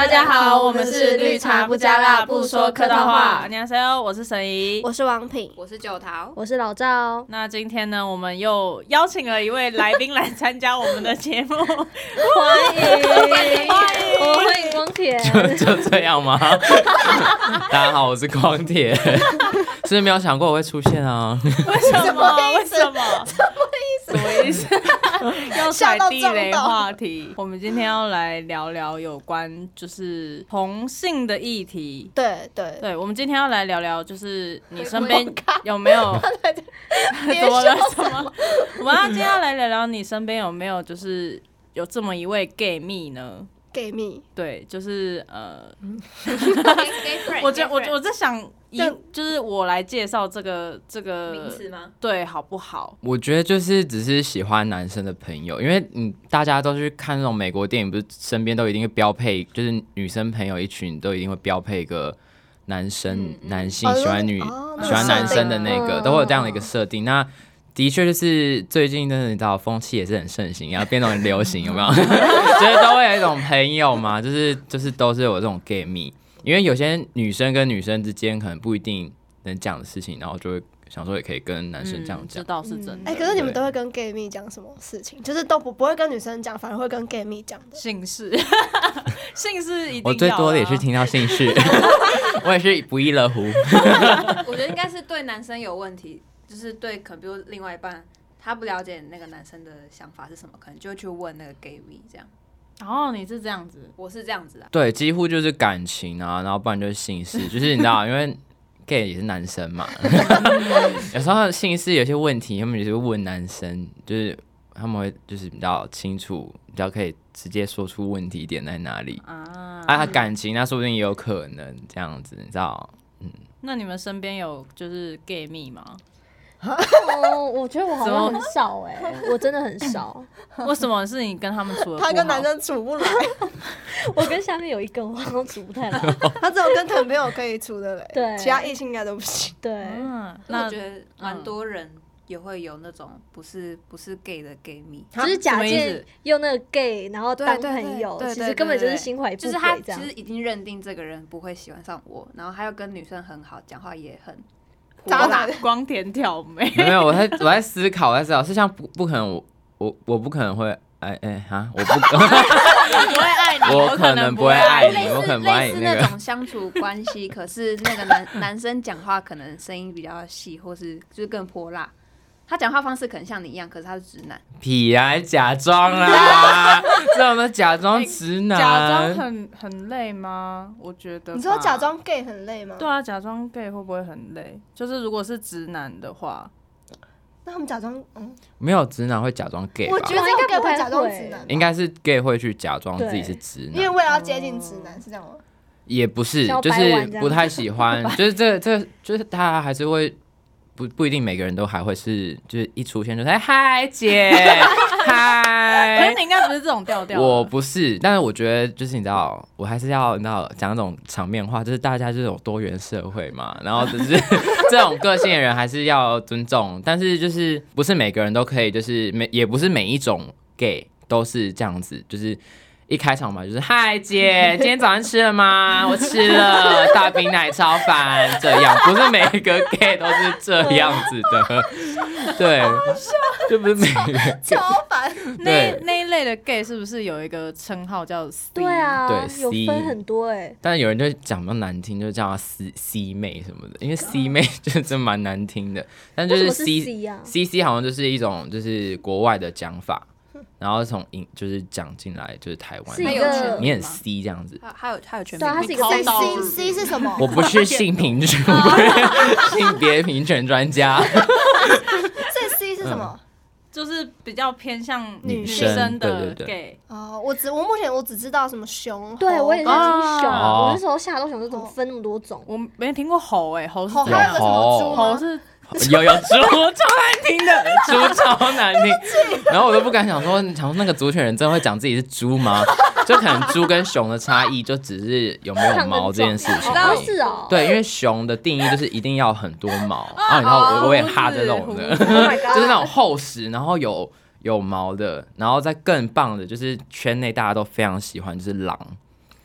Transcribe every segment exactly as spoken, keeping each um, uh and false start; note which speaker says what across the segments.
Speaker 1: 大家好，我们是绿茶不加辣，不说客套话。
Speaker 2: 안녕하세요，我是沈怡，
Speaker 3: 我是王品，
Speaker 1: 我是九桃，
Speaker 3: 我是老赵。
Speaker 2: 那今天呢，我们又邀请了一位来宾来参加我们的节目，欢
Speaker 3: 迎欢迎，我们欢迎光铁。
Speaker 4: 就就这样吗？大家好，我是光铁。是不是没有想过我会出现啊？
Speaker 2: 为什么？为什么？什么意思？要甩地雷话题。我们今天要来聊聊有关就是同性的议题。
Speaker 3: 对对
Speaker 2: 对，我们今天要来聊聊，就是你身边有没有怎么了？什么？我们要今天要来聊聊你身边有没有就是有这么一位 gay 蜜呢
Speaker 3: ？gay 蜜，
Speaker 2: 对，就是呃，我觉我我在想，以就是我来介绍这个这个
Speaker 1: 名词吗？
Speaker 2: 对，好不好？
Speaker 4: 我觉得就是只是喜欢男生的朋友，因为嗯，大家都去看那种美国电影，不是身边都一定会标配，就是女生朋友一群都一定会标配一个男生、嗯、男性喜欢女、哦、喜欢男生的那个，都会有这样的一个设定。那的确就是最近真的你知道风气也是很盛行，然后变得很流行，有没有？就是都会有一种朋友嘛，就是就是都是有这种 gay 蜜，因为有些女生跟女生之间可能不一定能讲的事情，然后就会想说也可以跟男生这样讲。
Speaker 2: 这倒是真的。
Speaker 3: 哎、欸，可是你们都会跟 gay 蜜讲什么事情？就是都不不会跟女生讲，反而会跟 gay 蜜讲的。
Speaker 2: 姓氏，姓氏一定要、啊。
Speaker 4: 我最多的也是听到姓氏，我也是不亦乐乎。
Speaker 1: 我觉得应该是对男生有问题。就是对，可能比如另外一半，他不了解那个男生的想法是什么，可能就会去问那个 gay 蜜这样。
Speaker 2: 哦，你是这样子，
Speaker 1: 我是这样子啊。
Speaker 4: 对，几乎就是感情啊，然后不然就是姓氏，就是你知道，因为 gay 也是男生嘛，有时候姓氏有些问题，他们也是会问男生，就是他们会就是比较清楚，比较可以直接说出问题点在哪里啊。啊，感情那说不定也有可能这样子，你知道？嗯。
Speaker 2: 那你们身边有就是 gay 蜜吗？
Speaker 3: 哦，我觉得我好像很少哎、欸，我真的很少。
Speaker 2: 为什么是你跟他们处的不好？
Speaker 3: 他跟男生处不来。我跟下面有一个，我好像处不太来。他只有跟男朋友可以处得来，对，其他异性应该都不行。对，
Speaker 1: 嗯，那我觉得蛮多人也会有那种不是不是 gay 的 gay 蜜，
Speaker 3: 就是假借用那个 gay 然后当朋友，其实根本就是心怀不轨，
Speaker 1: 就是他其实已经认定这个人不会喜欢上我，然后他又跟女生很好，讲话也很。
Speaker 2: 渣男光甜挑眉，
Speaker 4: 没有，我在我在思考，我在思考，是像不不可能我，我我我不可能会，哎哎哈，我不可能
Speaker 2: 不会爱你，
Speaker 4: 我可能不会爱你，我可能不爱你
Speaker 1: 那个。类似那种相处关系，可是那个男男生讲话可能声音比较细，或是就是更泼辣。他讲话方式可能像你一样，可是他是直男。
Speaker 4: 屁啊，假装啦！这种都假装直男，
Speaker 2: 假装很很累吗？我觉得。
Speaker 3: 你说假装 gay 很累吗？
Speaker 2: 对啊，假装 gay 会不会很累？就是如果是直男的话，
Speaker 3: 那他们假装嗯，
Speaker 4: 没有直男会假装 gay 吧？
Speaker 3: 我觉得应该不会假装直男，
Speaker 4: 应该是 gay 会去假装自己是直男，
Speaker 3: 因为为了要接近直男，是这样吗？
Speaker 4: 也不是，就是不太喜欢，就是这这就是他还是会。不不一定每个人都还会是，就是一出现就是哎嗨姐嗨，
Speaker 2: 可是你应该不是这种调调。
Speaker 4: 我不是，但是我觉得就是你知道，我还是要你知道讲那种场面话，就是大家就是有多元社会嘛，然后就是这种个性的人还是要尊重，但是就是不是每个人都可以，就是每也不是每一种 gay 都是这样子，就是。一开场嘛，就是嗨姐，今天早上吃了吗？我吃了，大冰奶超烦，这样不是每个 gay 都是这样子的，对，就不是每个 gay
Speaker 3: 超烦。
Speaker 2: 那那一类的 gay 是不是有一个称号叫 C？
Speaker 3: 对啊，
Speaker 4: 对，
Speaker 3: 有分很多哎、欸。
Speaker 4: 但是有人就讲比较难听，就叫他 C C 妹什么的，因为 C 妹就是真蛮难听的。但就是 C
Speaker 3: 是 C 啊
Speaker 4: ，C C 好像就是一种就是国外的讲法。然后从英就是讲进来就是台湾，
Speaker 3: 是一个
Speaker 4: 你很 C 这样子，
Speaker 1: 还有还有全
Speaker 3: 名，对，它是一个 C C C 是什么？
Speaker 4: 我不是性平主，不是性别平权专家。
Speaker 3: 这 C 是什么？
Speaker 2: 嗯、就是比较偏向
Speaker 3: 女
Speaker 2: 生的 gay。
Speaker 4: 对对对
Speaker 3: 哦，我只我目前我只知道什么熊，
Speaker 5: 对我也是听熊，
Speaker 4: 哦、
Speaker 5: 我那时候下都想说怎么分那么多种，
Speaker 2: 我没听过猴哎、欸，猴是
Speaker 3: 猴还有个什么猪
Speaker 2: 猴是。
Speaker 4: 有有猪超难听的，猪超难听，然后我都不敢想说，想说那个族群人真的会讲自己是猪吗？就可能猪跟熊的差异就只是有没有毛这件事情而已。
Speaker 5: 是哦，
Speaker 4: 对，因为熊的定义就是一定要很多毛啊，然后我我也哈这种的，就是那种厚实，然后有有毛的，然后再更棒的就是圈内大家都非常喜欢就是狼。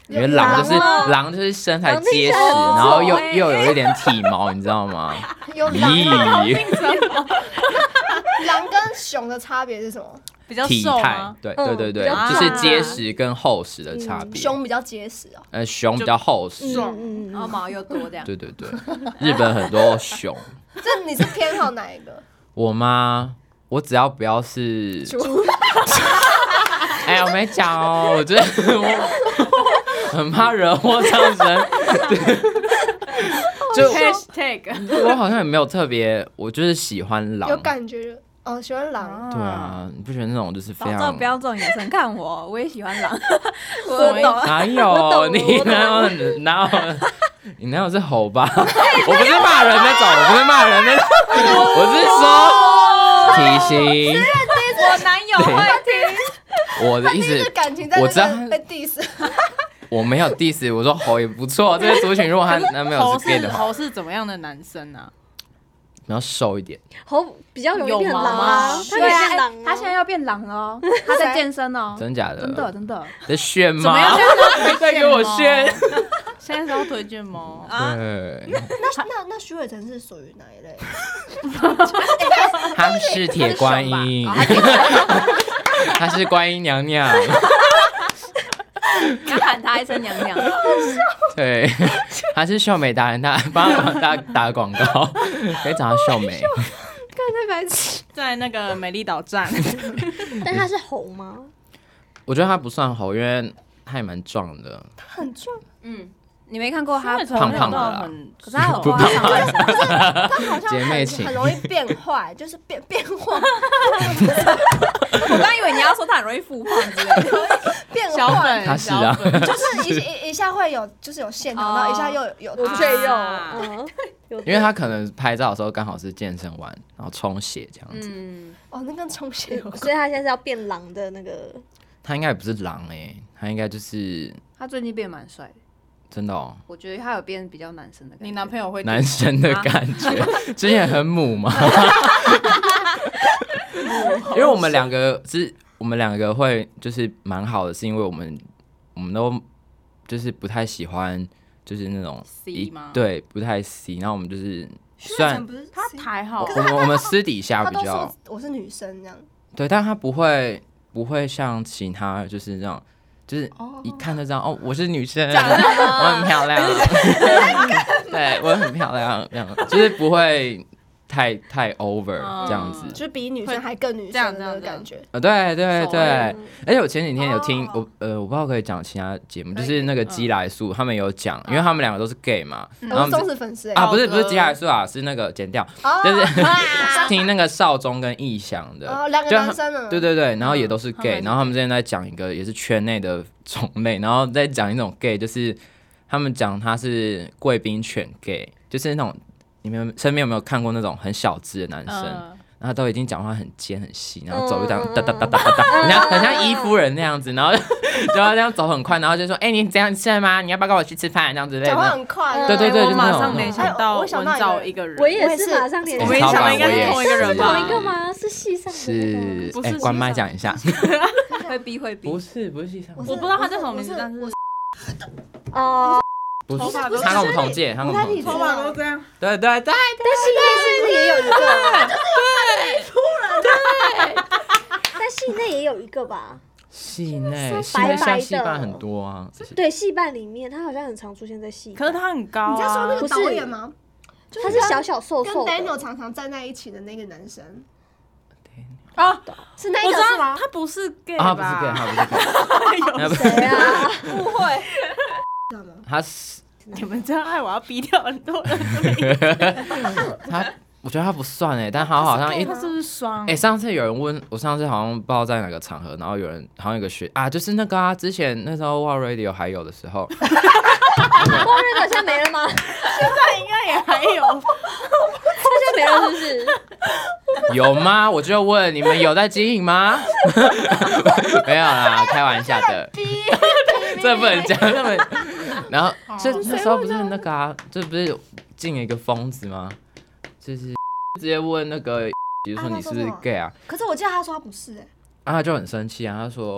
Speaker 4: 因为狼就是狼就是身材结实，然后又又有一点体毛，你知道吗？
Speaker 3: 有狼。狼跟熊的差别是什么？
Speaker 2: 比较
Speaker 4: 体态，对对对对，就是结实跟厚实的差别。
Speaker 3: 熊比较结实哦。
Speaker 4: 呃，熊比较厚实，
Speaker 1: 然后毛又多这样。
Speaker 4: 对对对，日本很多熊。
Speaker 3: 这你是偏好哪一个？
Speaker 4: 我吗？我只要不要是猪。哎呀，我没讲哦，我觉得我很怕惹祸上身。就
Speaker 2: hashtag，
Speaker 4: 我好像也没有特别，我就是喜欢狼，
Speaker 3: 有感觉哦，喜欢狼。
Speaker 4: 对啊，你不觉得那种就是非常
Speaker 1: 不要这种眼神看我，我也喜欢狼。
Speaker 3: 我懂，
Speaker 4: 哪有你哪有哪有你哪有是猴吧？我不是骂人那种，我不是骂人那种，我是说体型。
Speaker 1: 我男友会听。
Speaker 4: 我的意思，我知道
Speaker 3: 被 diss。
Speaker 4: 我没有 diss， 我说猴也不错。这个族群如果他男朋友是 gay 的话，
Speaker 2: 猴是怎么样的男生啊？
Speaker 4: 比较瘦一点。
Speaker 5: 猴比较容易变狼啊，他
Speaker 1: 对啊，他现在要变狼了哦，他在健身哦。
Speaker 4: 真假的？
Speaker 1: 真的真的。
Speaker 4: 在炫吗？
Speaker 2: 怎么样？
Speaker 4: 在给我炫。
Speaker 2: 现在是要推荐吗？
Speaker 4: 对。
Speaker 3: 那那那徐伟成是属于哪一类？
Speaker 4: 他是铁观音，他是观音娘娘。
Speaker 1: 要喊他一声娘娘。
Speaker 4: 对，他是秀美达人，他帮他打打广告，可以找他秀美。
Speaker 3: 看太白痴，
Speaker 2: 在那个美丽岛站。
Speaker 5: 但他是猴吗？
Speaker 4: 我觉得他不算猴，因为他也蛮壮的。
Speaker 3: 他很壮，
Speaker 1: 嗯。你没看过他
Speaker 4: 胖胖的啦，
Speaker 1: 可是他有花上半身，
Speaker 3: 他好像
Speaker 4: 姐妹情
Speaker 3: 很容易变坏，就是变变化。
Speaker 1: 我刚以为你要说他很容易复胖之类的，
Speaker 3: 变
Speaker 2: 坏。
Speaker 4: 他是啊，
Speaker 3: 就是一一下会有就是有线条，然后一下又有有
Speaker 5: 赘肉，嗯，
Speaker 4: 因为他可能拍照的时候刚好是健身完，然后充血这样子。
Speaker 1: 嗯，
Speaker 3: 哦，那跟充血有关，
Speaker 5: 所以他现在是要变狼的那个。
Speaker 4: 他应该也不是狼哎，他应该就是
Speaker 1: 他最近变蛮帅的。
Speaker 4: 真的哦，
Speaker 1: 我觉得他有变比较男生的感觉。
Speaker 2: 你男朋友会
Speaker 4: 男生的感觉，之前很母嘛。因为我们两个是，我们两个会就是蛮好的，是因为我们我们都就是不太喜欢就是那种
Speaker 2: C 吗？
Speaker 4: 对，不太 C。然后我们就是虽然
Speaker 2: 他还好，
Speaker 4: 我们我们私底下比较，
Speaker 3: 我是女生这样。
Speaker 4: 对，但他不会不会像其他就是这样。就是一看就知道哦，我是女生，我很漂亮，对我很漂亮，这样就是不会太太 over 这样子，
Speaker 3: 就是比女生还更女生的那个感觉。
Speaker 4: 呃，对对对，而且我前几天有听我呃，我不知道可以讲其他节目，就是那个鸡来素他们有讲，因为他们两个都是 gay 嘛，
Speaker 3: 然后忠实粉丝
Speaker 4: 啊，不是不是鸡来素啊，是那个剪掉，就是听那个少宗跟逸翔的，
Speaker 3: 哦，两个男生呢，
Speaker 4: 对对对，然后也都是 gay，然后他们之前在讲一个也是圈内的种类，然后再讲一种 gay， 就是他们讲他是贵宾犬 gay， 就是那种你们身边有没有看过那种很小只的男生，嗯、然后都已经讲话很尖很细，然后走路这样哒哒哒哒哒哒，很像很像伊夫人那样子，然后就要这样走很快，然后就说：“哎、欸，你这样吃了吗？你要不要跟我去吃饭？”这样子类的。
Speaker 3: 讲话很快，
Speaker 4: 对对对，
Speaker 2: 我
Speaker 4: 就
Speaker 2: 马上联想到文藻一个人，
Speaker 5: 我也是马上联想到，
Speaker 2: 我没想到应该是同一个人吧？
Speaker 5: 同一个吗？是戏上的？
Speaker 4: 是，哎，关麦讲一下，
Speaker 1: 会逼会逼，
Speaker 4: 不是不是戏上，
Speaker 2: 我不知道他叫什么名字，但是
Speaker 5: 哦。
Speaker 4: 不是，他跟我们同届，他跟我们同届，
Speaker 2: 头发都这样。
Speaker 4: 对对对，
Speaker 5: 但戏内是不是也有一个？
Speaker 2: 对，突然对。
Speaker 5: 但戏内也有一个吧？
Speaker 4: 戏内，戏内像戏伴很多啊。
Speaker 5: 对，戏伴里面他好像很常出现在戏。
Speaker 2: 可是他很高啊。
Speaker 3: 你在说那个导演吗？
Speaker 5: 他是小小瘦瘦的，
Speaker 3: 跟 Daniel 常常站在一起的那个男生。
Speaker 2: 啊，
Speaker 3: 是那个是吗？
Speaker 2: 他不是 gay
Speaker 4: 啊，不是 gay， 他不是
Speaker 5: gay。谁啊？
Speaker 3: 误会。
Speaker 4: 他是
Speaker 2: 你们这样爱我要逼掉很多人。
Speaker 4: 他，我觉得他不算哎，但他好像
Speaker 2: 他是不是双？
Speaker 4: 哎，上次有人问我，上次好像不知道在哪个场合，然后有人好像有个学啊，就是那个啊，之前那时候 Wow Radio 还有的时候
Speaker 5: ，Wow Radio 现在没了吗？
Speaker 2: 现在应该也还有，
Speaker 5: 现在没了是不是？
Speaker 4: 有吗？我就问你们有在经营吗？没有啦，开玩笑的。这不能讲，他们。然后这那时候不是那个啊，这不是进了一个疯子吗？就是直接问那个，比如说你是不是 gay 啊？
Speaker 3: 可是我记得他说他不是哎。
Speaker 4: 啊，他就很生气啊，他说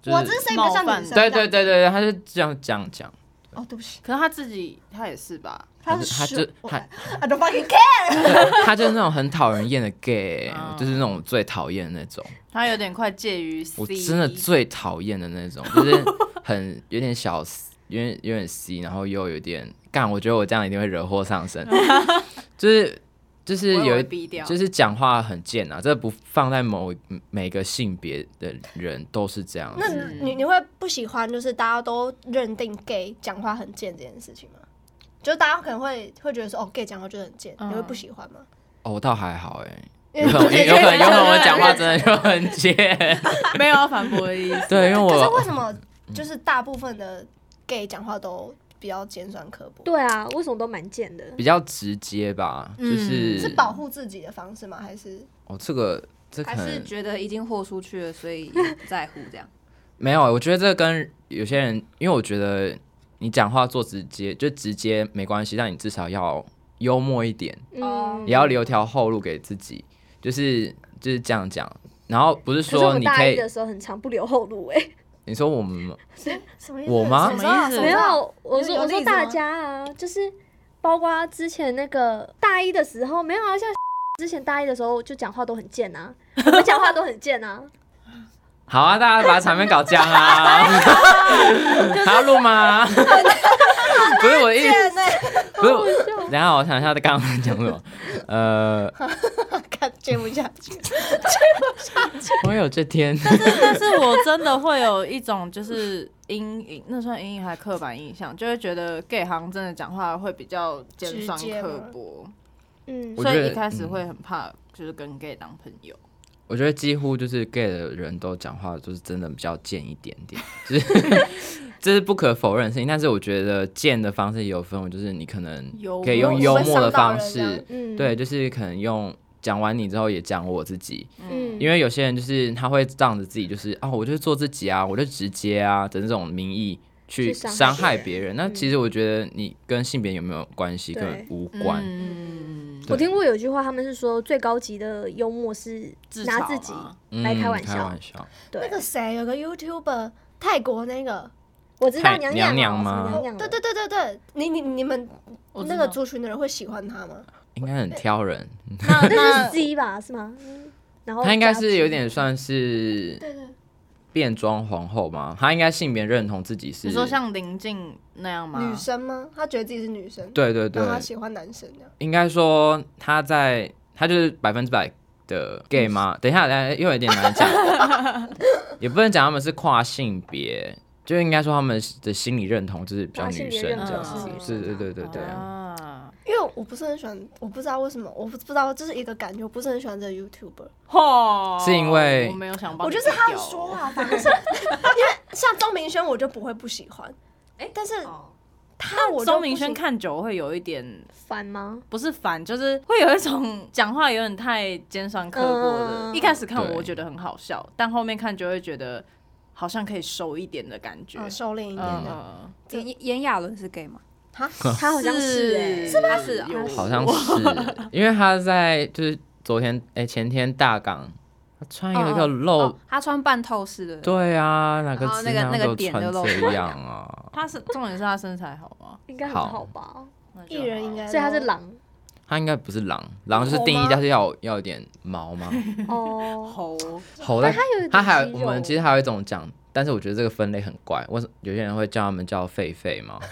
Speaker 4: 就是
Speaker 3: 我这声音比较像女生。
Speaker 4: 对对对对，他是这样这样讲。
Speaker 3: 哦，对不起。
Speaker 2: 可是他自己他也是吧？
Speaker 3: 他是
Speaker 4: 他就他
Speaker 3: I don't fucking care
Speaker 4: 他就是那种很讨人厌的 gay，、哦、就是那种最讨厌的那种。
Speaker 2: 他有点快介于 C，
Speaker 4: 我真的最讨厌的那种，就是很有点小，有点有点 C， 然后又有点干。我觉得我这样一定会惹祸上身，就是就是有就是讲话很贱啊，这不放在某每个性别的人都是这样子。
Speaker 3: 那你你会不喜欢就是大家都认定 gay 讲话很贱这件事情吗？就大家可能会会觉得说，哦 ，gay 讲话就很贱，嗯、你会不喜欢吗？
Speaker 4: 哦，我倒还好哎、欸，有可能有可能有可能我讲话真的就很贱，
Speaker 2: 没有要反驳的意思。
Speaker 4: 对，因为我
Speaker 3: 可是为什么就是大部分的 gay 讲话都比较尖酸刻薄？
Speaker 5: 对啊，为什么都蛮贱的？
Speaker 4: 比较直接吧，嗯、就是
Speaker 3: 是保护自己的方式吗？还是
Speaker 4: 哦，这个这可能
Speaker 1: 还是觉得已经豁出去了，所以也不在乎这样？
Speaker 4: 没有，我觉得这跟有些人，因为我觉得。你讲话做直接就直接没关系，但你至少要幽默一点，嗯、也要留条后路给自己，就是就是这样讲。然后不是说你可以。可是我
Speaker 5: 大一的时候很常不留后路哎、欸。
Speaker 4: 你说我们吗？
Speaker 3: 什么意思？
Speaker 4: 我吗？
Speaker 2: 什么意思？
Speaker 5: 没有，我说我说大家啊，就是包括之前那个大一的时候，没有啊，像之前大一的时候就讲话都很贱啊，我们讲话都很贱啊。
Speaker 4: 好啊，大家把场面搞僵啊！还要录吗？不是我意思，不是。等一下，我想一下，刚刚讲什么？呃，
Speaker 3: 看接不下去，接
Speaker 4: 不下去。我有这天，
Speaker 2: 但是但是我真的会有一种就是阴影，那算阴影还刻板印象，就会觉得 gay 好像真的讲话会比较尖酸刻薄，嗯，所以一开始会很怕，就是跟 gay 当朋友。
Speaker 4: 我觉得几乎就是 gay 的人都讲话就是真的比较贱一点点，就是这是不可否认的事情。但是我觉得贱的方式也有分，就是你可能可以用幽默的方式，嗯、对，就是可能用讲完你之后也讲我自己，嗯，因为有些人就是他会仗着自己就是啊，我就是做自己啊，我就直接啊的这种名义去伤害别人。那其实我觉得你跟性别有没有关系根本无关。嗯
Speaker 5: 我听过有句话，他们是说最高级的幽默是拿自己来开玩笑。
Speaker 4: 嗯、开玩笑。
Speaker 3: 对，那个谁有个 YouTuber 泰国那个，
Speaker 5: 我知道娘
Speaker 4: 娘
Speaker 5: 娘
Speaker 4: 吗？
Speaker 5: 娘娘
Speaker 3: 对对对对对，你你你们那个族群的人会喜欢他吗？
Speaker 4: 应该很挑人。
Speaker 5: 那那是 C 吧？是吗？然后
Speaker 4: 他应该是有点算是
Speaker 3: 对对
Speaker 4: 变装皇后嘛，他应该性别认同自己是。
Speaker 2: 你说像林静那样吗？
Speaker 3: 女生吗？他觉得自己是女生。
Speaker 4: 对对对。
Speaker 3: 然后他喜欢男生这样。
Speaker 4: 应该说他在他就是百分之百的 gay 吗？等一下，等一下又有点难讲，也不能讲他们是跨性别，就应该说他们的心理认同就是比较女生这样子。是，对对对对。啊
Speaker 3: 因为我不是很喜欢，我不知道为什么，我不知道这是一个感觉，我不是很喜欢这个 YouTuber。
Speaker 2: 哦，
Speaker 4: 是因为
Speaker 2: 我没有想帮，
Speaker 3: 我就是他的说话方式，因为像钟明轩我就不会不喜欢，哎、欸，但是他我
Speaker 2: 钟明轩看久会有一点
Speaker 5: 烦吗？
Speaker 2: 不是烦，就是会有一种讲话有点太尖酸刻薄的。嗯、一开始看我觉得很好笑，但后面看就会觉得好像可以收一点的感觉，
Speaker 3: 嗯、收敛一点的。
Speaker 1: 炎、嗯、炎亚纶是 gay 吗？
Speaker 5: 他他好像是哎、欸，
Speaker 3: 是
Speaker 1: 他是
Speaker 4: 好像是，因为他在就是昨天哎、欸、前天大港，他穿有一个露，哦哦、
Speaker 1: 他穿半透视的，
Speaker 4: 对啊，哪个
Speaker 1: 那个那个点
Speaker 4: 都穿这样啊？
Speaker 2: 他是重点是他身材好吗？
Speaker 5: 应该很好吧？
Speaker 3: 艺人应该，
Speaker 5: 所以他是狼，
Speaker 4: 他应该不是狼，狼就是定义就是要有要有点毛吗？
Speaker 5: 哦，
Speaker 2: 猴
Speaker 4: 猴，但他还有我们其实还有一种讲，但是我觉得这个分类很怪，为什么有些人会叫他们叫狒狒吗？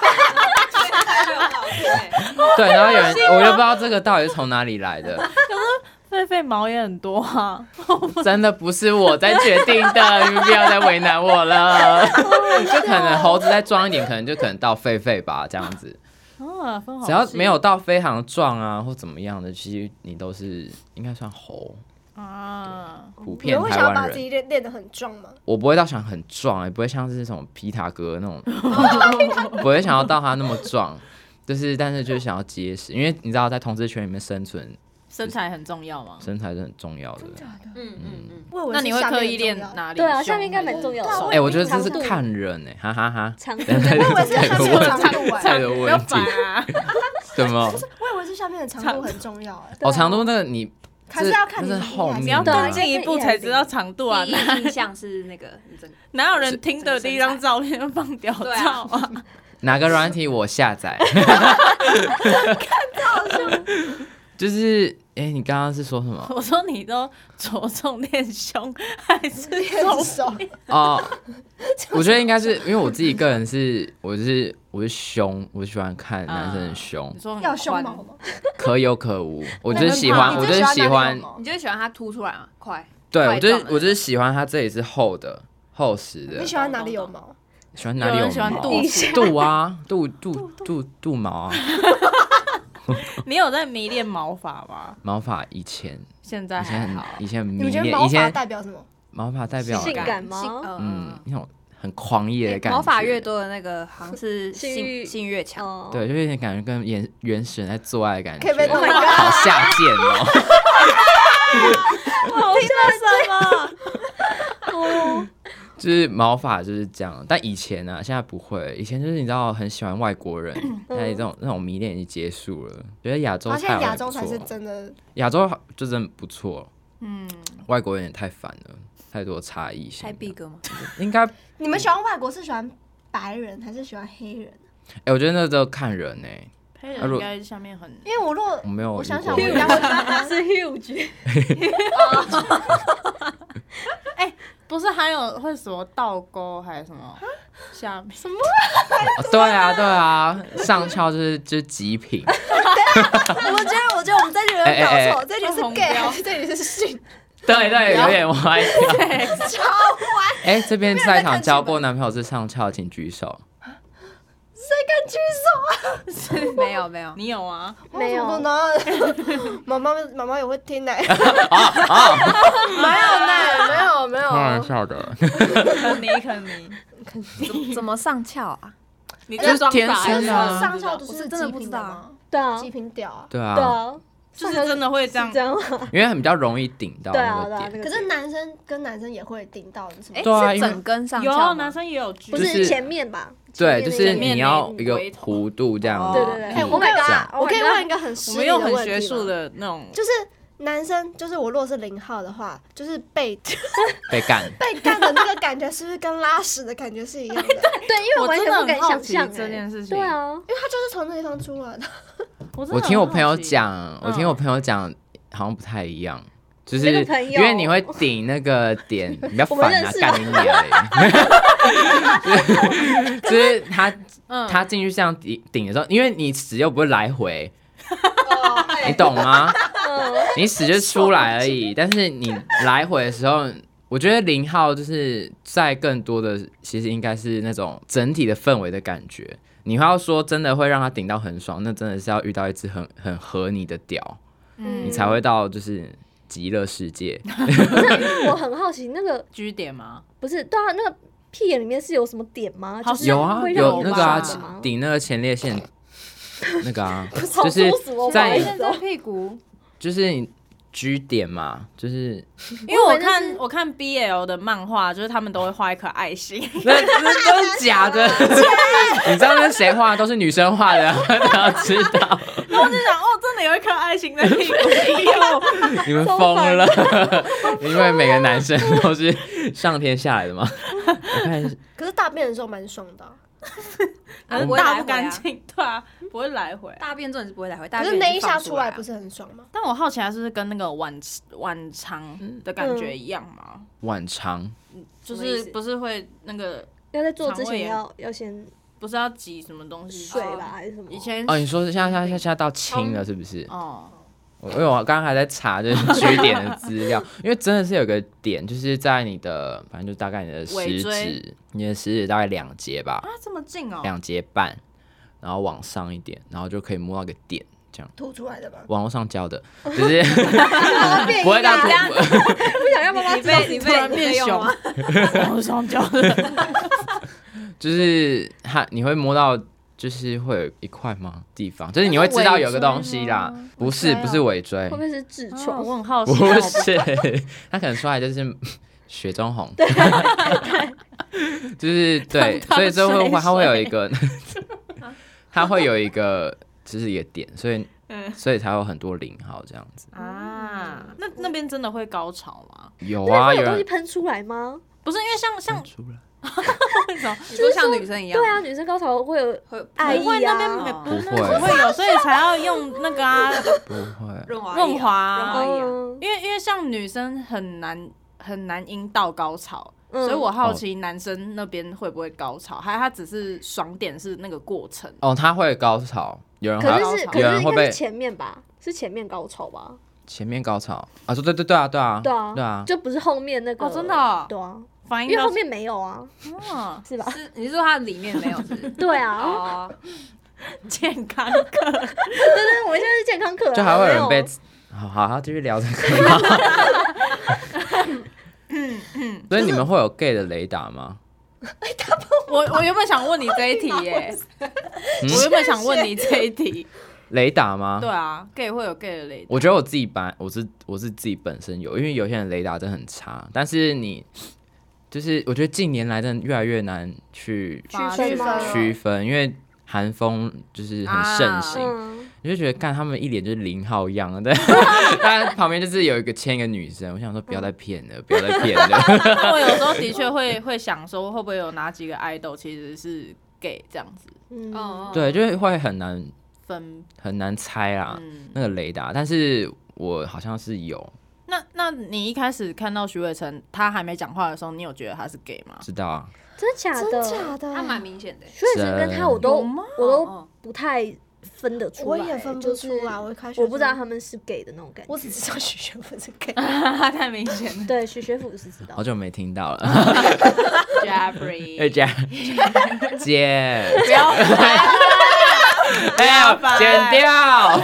Speaker 4: 对，然后有人，我就不知道这个到底是从哪里来的。
Speaker 2: 可是狒狒毛也很多啊，
Speaker 4: 真的不是我在决定的，你们不要再为难我了。就可能猴子再壮一点，可能就可能到狒狒吧，这样子。
Speaker 2: 啊，分好。
Speaker 4: 只要没有到非常壮啊或怎么样的，其实你都是应该算猴啊。普遍台湾人。你会想要把
Speaker 3: 自己练练得很壮吗？
Speaker 4: 我不会到想很壮，也不会像是什么皮塔哥那种，不会想要到他那么壮。就是，但是就是想要结实，因为你知道，在同志圈里面生存，
Speaker 2: 身材很重要吗？
Speaker 4: 身材是很重要的。
Speaker 3: 真的假的？
Speaker 2: 嗯嗯嗯。那你会刻意练哪里？
Speaker 5: 对啊，下面应该蛮重要的。
Speaker 4: 哎、欸，我觉得这是看人哎、欸，哈哈哈。
Speaker 5: 长度，
Speaker 3: 我以为是下面的长度
Speaker 4: 哎，的问题。什么？
Speaker 3: 我以为是下面的长度很重要哎。
Speaker 4: 哦，长度那个你
Speaker 3: 还是要看
Speaker 4: 你后面，
Speaker 2: 你要更进一步才知道长度啊。
Speaker 1: 第一印象是那个，
Speaker 2: 哪有人听的第一张照片放屌照啊？
Speaker 4: 哪个软体我下载？
Speaker 3: 看到好笑。
Speaker 4: 就是哎、欸，你刚刚是说什么？
Speaker 2: 我说你都着重练胸还是手？
Speaker 4: 哦，我觉得应该是因为我自己个人是，我是我是胸，我喜欢看男生的胸，
Speaker 2: 嗯、
Speaker 3: 要胸毛吗？
Speaker 4: 可有可无，我就是喜欢，我就是喜欢，
Speaker 1: 你就是喜欢它凸出来嘛，快。
Speaker 4: 对，我就是我就是喜欢它这里是厚的、厚实的。
Speaker 3: 你喜欢哪里有毛？
Speaker 4: 喜欢哪里有毛？
Speaker 2: 喜欢肚
Speaker 4: 肚啊，肚肚肚肚毛啊。
Speaker 2: 你有在迷恋毛发吗？
Speaker 4: 毛发以前，
Speaker 2: 现在还好。
Speaker 4: 以前迷
Speaker 3: 恋，你觉得
Speaker 4: 毛
Speaker 3: 发代表什么？
Speaker 4: 毛发代表
Speaker 5: 性感吗？
Speaker 4: 嗯，那种很狂野的感觉。
Speaker 1: 毛发越多的那个，好像是性性越强。
Speaker 4: 对，就有点感觉跟原原始人在做爱的感觉，
Speaker 3: 好
Speaker 4: 下贱哦。
Speaker 5: 我听到什么？哦。
Speaker 4: 就是毛发就是这样，但以前呢、啊，现在不会。以前就是你知道很喜欢外国人，现在这种那种迷恋已经结束了。觉得亚洲才
Speaker 3: 现在亚洲才是真的，
Speaker 4: 亚洲就真的不错。嗯，外国人也太烦了，太多差异性。
Speaker 1: 太逼格吗？
Speaker 4: 应该。
Speaker 3: 你们喜欢外国是喜欢白人还是喜欢黑人？
Speaker 4: 哎、欸，我觉得那都看人呢、欸。
Speaker 2: 黑人应该下面很，
Speaker 3: 因为我如果
Speaker 4: 我没有，
Speaker 3: 我想想，我应该会
Speaker 5: 是 huge。
Speaker 2: 哎。不是还有会什么倒钩还是什么下面
Speaker 3: 什么、
Speaker 4: 哦？对啊对啊，上翘就是就是极品。
Speaker 3: 我觉得我觉得我们这局有搞错，欸欸欸这局是 gay 还是这局是性？
Speaker 4: 对对，有点歪掉。
Speaker 3: 超歪！
Speaker 4: 哎、欸，这边在场交过男朋友是上翘，请举手。
Speaker 3: 谁敢举
Speaker 1: 手啊？没有没有，
Speaker 2: 你有啊？
Speaker 3: 没有呢。妈妈妈妈也会听呢。
Speaker 4: 啊啊！
Speaker 3: 没有呢，没有没有。
Speaker 4: 开玩笑的。
Speaker 2: 肯你肯你
Speaker 1: 怎怎么上翘啊？
Speaker 2: 你
Speaker 4: 就是天生
Speaker 3: 啊！上翘就是
Speaker 1: 真的不知道。
Speaker 5: 对啊，
Speaker 3: 极品屌啊！
Speaker 4: 对啊。
Speaker 5: 对啊。
Speaker 2: 就是真的会这样，
Speaker 5: 这样
Speaker 4: 因为很比较容易顶到那个
Speaker 3: 点。可是男生跟男生也会顶到，是吗？
Speaker 1: 哎，是整根上翘，
Speaker 2: 有男生也有，
Speaker 5: 不是前面吧？
Speaker 4: 对，就是你要一个弧度这样子。
Speaker 5: 对对对，
Speaker 3: 我可以我可以问一个很
Speaker 2: 我们用很学术的那种，
Speaker 3: 就是男生，就是我如果是零号的话，就是被
Speaker 4: 被干
Speaker 3: 被干的那个感觉，是不是跟拉屎的感觉是一样的？
Speaker 5: 对，因为我完全不敢想象
Speaker 2: 这件事情。
Speaker 5: 对啊，
Speaker 3: 因为他就是从那地方出来的。
Speaker 4: 我听我朋友讲，我听我朋友讲。好像不太一样，就是因为你会顶那个点，你不要烦啊，干你娘嘞！就是他他进去这样顶顶的时候，因为你屎又不会来回，你懂吗？你屎就出来而已，但是你来回的时候，我觉得零号就是在更多的，其实应该是那种整体的氛围的感觉。你要说真的会让他顶到很爽，那真的是要遇到一只很很合你的屌。嗯、你才会到就是极乐世界。
Speaker 5: 不是，我很好奇那个
Speaker 2: G 点吗？
Speaker 5: 不是，对啊，那个屁眼里面是有什么点吗？就是
Speaker 4: 有啊，有那个啊，顶那个前列腺，那个啊，就是在
Speaker 1: 屁股，
Speaker 4: 就是你 G 点嘛，就是
Speaker 2: 因为我看我看 B L 的漫画，就是他们都会画一颗爱心，
Speaker 4: 那那都是假的。你知道那是谁画的？都是女生画的，你要知道。
Speaker 2: 然后我就想，哦，真的有一颗爱心在屁股里。
Speaker 4: 你们疯了，因为每个男生都是上天下来的嘛。我看，
Speaker 3: 可是大便的时候蛮爽的、啊。
Speaker 2: 很大不干净，对啊，不会来回。
Speaker 1: 大便真的是不会来回，
Speaker 3: 可是那一下出来不是很爽吗？
Speaker 2: 但我好奇它是不是跟那个晚晚肠的感觉一样吗？
Speaker 4: 晚肠
Speaker 2: 就是不是会那个
Speaker 5: 要在做之前要要先
Speaker 2: 不是要挤什么东西
Speaker 5: 水吧还是什么？
Speaker 2: 以前
Speaker 4: 哦，你说现在现在现在到清了是不是？哦。因为我刚刚还在查就是G点的资料，因为真的是有个点，就是在你的，反正就大概你的食指，你的食指大概两节吧，
Speaker 2: 啊，这么近哦，
Speaker 4: 两节半，然后往上一点，然后就可以摸到一个点，这样
Speaker 3: 凸出来的吧？
Speaker 4: 网络上教的，就是不会到凸，
Speaker 5: 不想让妈妈知道
Speaker 2: 你突然变熊，网络上教的，
Speaker 4: 就是它你会摸到。就是会有一块吗？地方就是你会知道有个东西啦，不是不是尾椎，
Speaker 5: 会不会是痔疮？
Speaker 2: 我很好奇，
Speaker 4: 不是，它可能出来就是血中红，
Speaker 5: 对，
Speaker 4: 就是对，所以这会它会有一个，它会有一个就是一个点，所以所以才有很多零号这样子
Speaker 2: 啊。 啊，那那边真的会高潮吗？
Speaker 4: 有啊，
Speaker 5: 会有东西喷出来吗？
Speaker 2: 不是因为像像
Speaker 4: 出来。
Speaker 1: 为什么？就像女生一样。
Speaker 5: 对啊，女生高潮会有
Speaker 1: 会
Speaker 5: 爱意啊，
Speaker 2: 那边
Speaker 4: 不会
Speaker 2: 不会有，所以才要用那个啊，
Speaker 4: 不会
Speaker 1: 润滑
Speaker 2: 润滑，
Speaker 1: 润滑液啊。
Speaker 2: 因为因为像女生很难很难阴道高潮，
Speaker 5: 嗯
Speaker 2: 所以我好奇男生那边会不会高潮，还是他只是爽点是那个过程？
Speaker 4: 哦，他会高潮，有人
Speaker 5: 可
Speaker 4: 还
Speaker 5: 是是可
Speaker 4: 有人会被
Speaker 5: 是应该是前面吧，是前面高潮吧？
Speaker 4: 前面高潮啊，说对对对啊对啊
Speaker 5: 对啊
Speaker 4: 对啊，
Speaker 5: 就不是后面那个
Speaker 2: 哦，真的哦，
Speaker 5: 对啊，
Speaker 2: 反应到
Speaker 5: 因为后面没有啊，
Speaker 2: 嗯，
Speaker 5: 是吧？
Speaker 1: 是你是说它里面没有是不是？
Speaker 5: 对啊，
Speaker 1: 哦，
Speaker 2: 健康课，
Speaker 5: 对对，我们现在是健康课啊，
Speaker 4: 就还会有人被
Speaker 5: 没
Speaker 4: 好好好继续聊这个吗？所以你们会有 gay 的雷达吗？
Speaker 2: 我我原本想问你这一题耶，我原本想问你这一题，
Speaker 4: 雷达吗？
Speaker 2: 对啊 ，gay 会有 gay 的雷达，
Speaker 4: 我觉得我自己本我是我是自己本身有，因为有些人雷达真的很差，但是你就是我觉得近年来真的越来越难去
Speaker 5: 区分吗？
Speaker 4: 区分，因为韩风就是很盛行，
Speaker 5: 嗯
Speaker 4: 你就觉得干他们一脸就是零号样，对，但旁边就是有一个牵一个女生，我想说不要再骗了，不要再骗了。
Speaker 2: 但我有时候的确会会想说，会不会有哪几个 idol 其实是 gay 这样子
Speaker 5: 嗯，
Speaker 1: 嗯，
Speaker 4: 对，就是会很难
Speaker 2: 分？
Speaker 4: 很难猜啦，
Speaker 2: 嗯，
Speaker 4: 那个雷达，但是我好像是有
Speaker 2: 那那你一开始看到徐伟成他还没讲话的时候，你有觉得他是 gay 吗？
Speaker 4: 知道啊，
Speaker 5: 真的假的？
Speaker 3: 真假的？
Speaker 1: 它蛮明显的。
Speaker 5: 徐伟成跟他我都
Speaker 2: 有吗
Speaker 5: 我都
Speaker 1: 哦
Speaker 5: 不太分得出来，
Speaker 3: 我也分不
Speaker 5: 就是
Speaker 3: 出来，我一开始
Speaker 5: 我不知道他们是 gay 的那种感觉。
Speaker 3: 我只知道许玄不是 gay。
Speaker 2: 太明显了
Speaker 5: 对许学府是知道
Speaker 4: 好，久没听到了。
Speaker 2: ，Jeffrey，
Speaker 4: 哎，姐姐，
Speaker 2: 不要烦
Speaker 4: 哎呀，剪掉。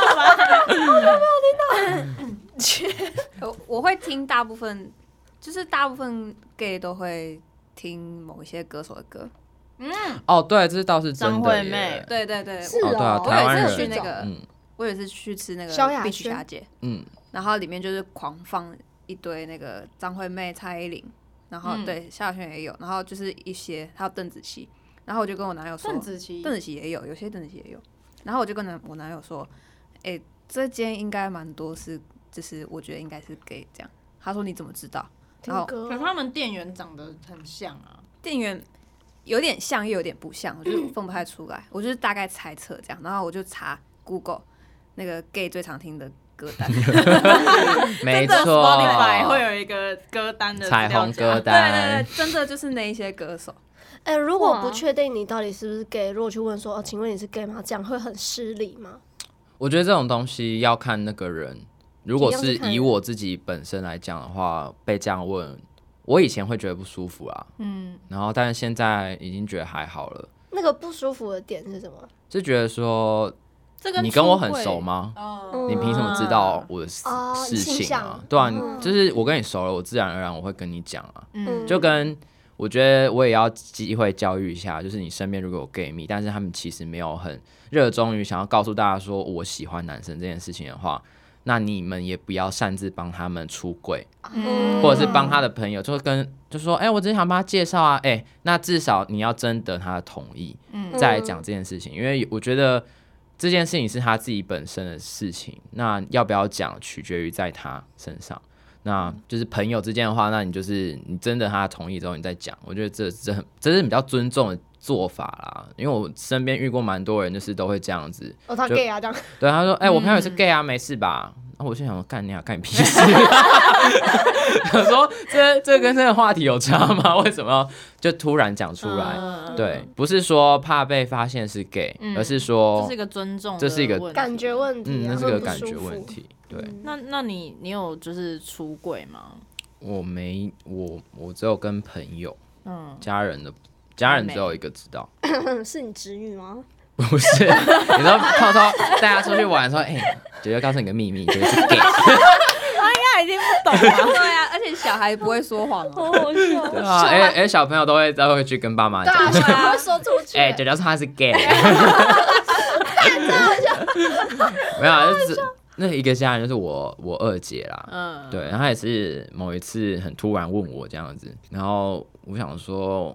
Speaker 1: 我我会听大部分，就是大部分 gay 都会听某一些歌手的歌。
Speaker 4: 哦，对，这倒是真
Speaker 2: 张
Speaker 4: 的耶。
Speaker 2: 惠妹
Speaker 1: 对对对，
Speaker 5: 是
Speaker 4: 哦，对啊，
Speaker 5: 哦
Speaker 4: 台湾
Speaker 1: 我有一次去
Speaker 4: 人，
Speaker 1: 那个，
Speaker 4: 嗯
Speaker 1: 我有一次去吃那个
Speaker 3: 萧亚
Speaker 1: Beach
Speaker 3: 轩
Speaker 1: 霞姐，
Speaker 4: 嗯，
Speaker 1: 然后里面就是狂放一堆那个张惠妹、蔡依林，然后
Speaker 2: 嗯
Speaker 1: 对萧亚轩也有，然后就是一些还有邓紫棋，然后我就跟我男友说，
Speaker 2: 邓紫棋
Speaker 1: 邓紫棋也有，有些邓紫棋也有，然后我就跟男我男友说，哎、这间应该蛮多是，就是我觉得应该是 gay 这样，他说你怎么知道？然后
Speaker 3: 歌
Speaker 2: 可是他们店员长得很像啊。
Speaker 1: 店员有点像又有点不像，我就分不太出来，我就是大概猜测这样，然后我就查 Google 那个 gay 最常听的歌单，
Speaker 4: 没
Speaker 2: 真的
Speaker 4: 错
Speaker 2: Spotify 会有一个歌单的资料夹
Speaker 4: 彩虹歌
Speaker 1: 对对
Speaker 4: 单
Speaker 1: 对，，真的就是那一些歌手。
Speaker 3: 哎、如果
Speaker 5: 哇
Speaker 3: 不确定你到底是不是 gay，如果去问说，哦，请问你是 gay 吗？这样会很失礼吗？
Speaker 4: 我觉得这种东西要看那个人。如果是
Speaker 3: 一样是看人
Speaker 4: 以我自己本身来讲的话，被这样问，我以前会觉得不舒服啊，
Speaker 2: 嗯，
Speaker 4: 然后但是现在已经觉得还好了，
Speaker 3: 那个不舒服的点是什么？
Speaker 4: 就觉得说
Speaker 2: 这跟
Speaker 4: 你跟我很
Speaker 2: 出柜
Speaker 4: 熟吗？
Speaker 2: 哦，
Speaker 4: 你凭什么知道我的事
Speaker 3: 哦
Speaker 4: 事情
Speaker 3: 倾
Speaker 4: 啊
Speaker 3: 向？
Speaker 4: 对啊，
Speaker 3: 嗯
Speaker 4: 你就是我跟你熟了，我自然而然我会跟你讲啊。
Speaker 2: 嗯，
Speaker 4: 就跟我觉得我也要机会教育一下，就是你身边如果有 gay 蜜，但是他们其实没有很热衷于想要告诉大家说我喜欢男生这件事情的话，那你们也不要擅自帮他们出柜，
Speaker 2: 嗯
Speaker 4: 或者是帮他的朋友，就跟就说，哎、我只是想帮他介绍啊，哎、那至少你要征得他的同意，
Speaker 2: 嗯
Speaker 4: 再来讲这件事情，因为我觉得这件事情是他自己本身的事情，那要不要讲取决于在他身上。那就是朋友之间的话，那你就是你征得他的同意之后你再讲，我觉得这这很这是比较尊重的做法啦。因为我身边遇过蛮多人，就是都会这样子，
Speaker 3: 哦，他
Speaker 4: 就
Speaker 3: gay 啊，这样。
Speaker 4: 对，他说，哎、我朋友也是
Speaker 2: 嗯
Speaker 4: gay 啊，没事吧？然后我就想说，干你啊，干你屁事！想说这这跟这个话题有差吗？为什么要就突然讲出来？
Speaker 2: 嗯
Speaker 4: 对，不是说怕被发现是 gay，、
Speaker 2: 嗯
Speaker 4: 而是说
Speaker 2: 这是一个尊重的
Speaker 4: 这是一个
Speaker 2: 问题
Speaker 3: 感觉问题、
Speaker 4: 嗯，
Speaker 3: 啊，
Speaker 4: 那是个感
Speaker 3: 会不舒服
Speaker 4: 觉问。题。对、
Speaker 3: 嗯
Speaker 2: 那那你你有就是出柜吗？
Speaker 4: 我没我我只有跟朋友、
Speaker 2: 嗯，
Speaker 4: 家人的家人只有一个知道，
Speaker 5: 是你侄女吗？
Speaker 4: 不是你说偷偷带他出去玩，说哎，姐、姐告诉你个秘密，就是 gay。
Speaker 2: 他已经不懂了。
Speaker 1: 对啊，而且小孩不会说谎哦。
Speaker 5: 好好笑。
Speaker 4: 对啊，哎哎，小朋友都会都会去跟爸妈
Speaker 3: 对啊，
Speaker 4: 讲，
Speaker 3: 小孩会说出去。
Speaker 4: 哎，姐姐说他是 gay。没有啊，就是那一个家人就是我我二姐啦，
Speaker 2: 嗯，
Speaker 4: 对，然后她也是某一次很突然问我这样子，然后我想说，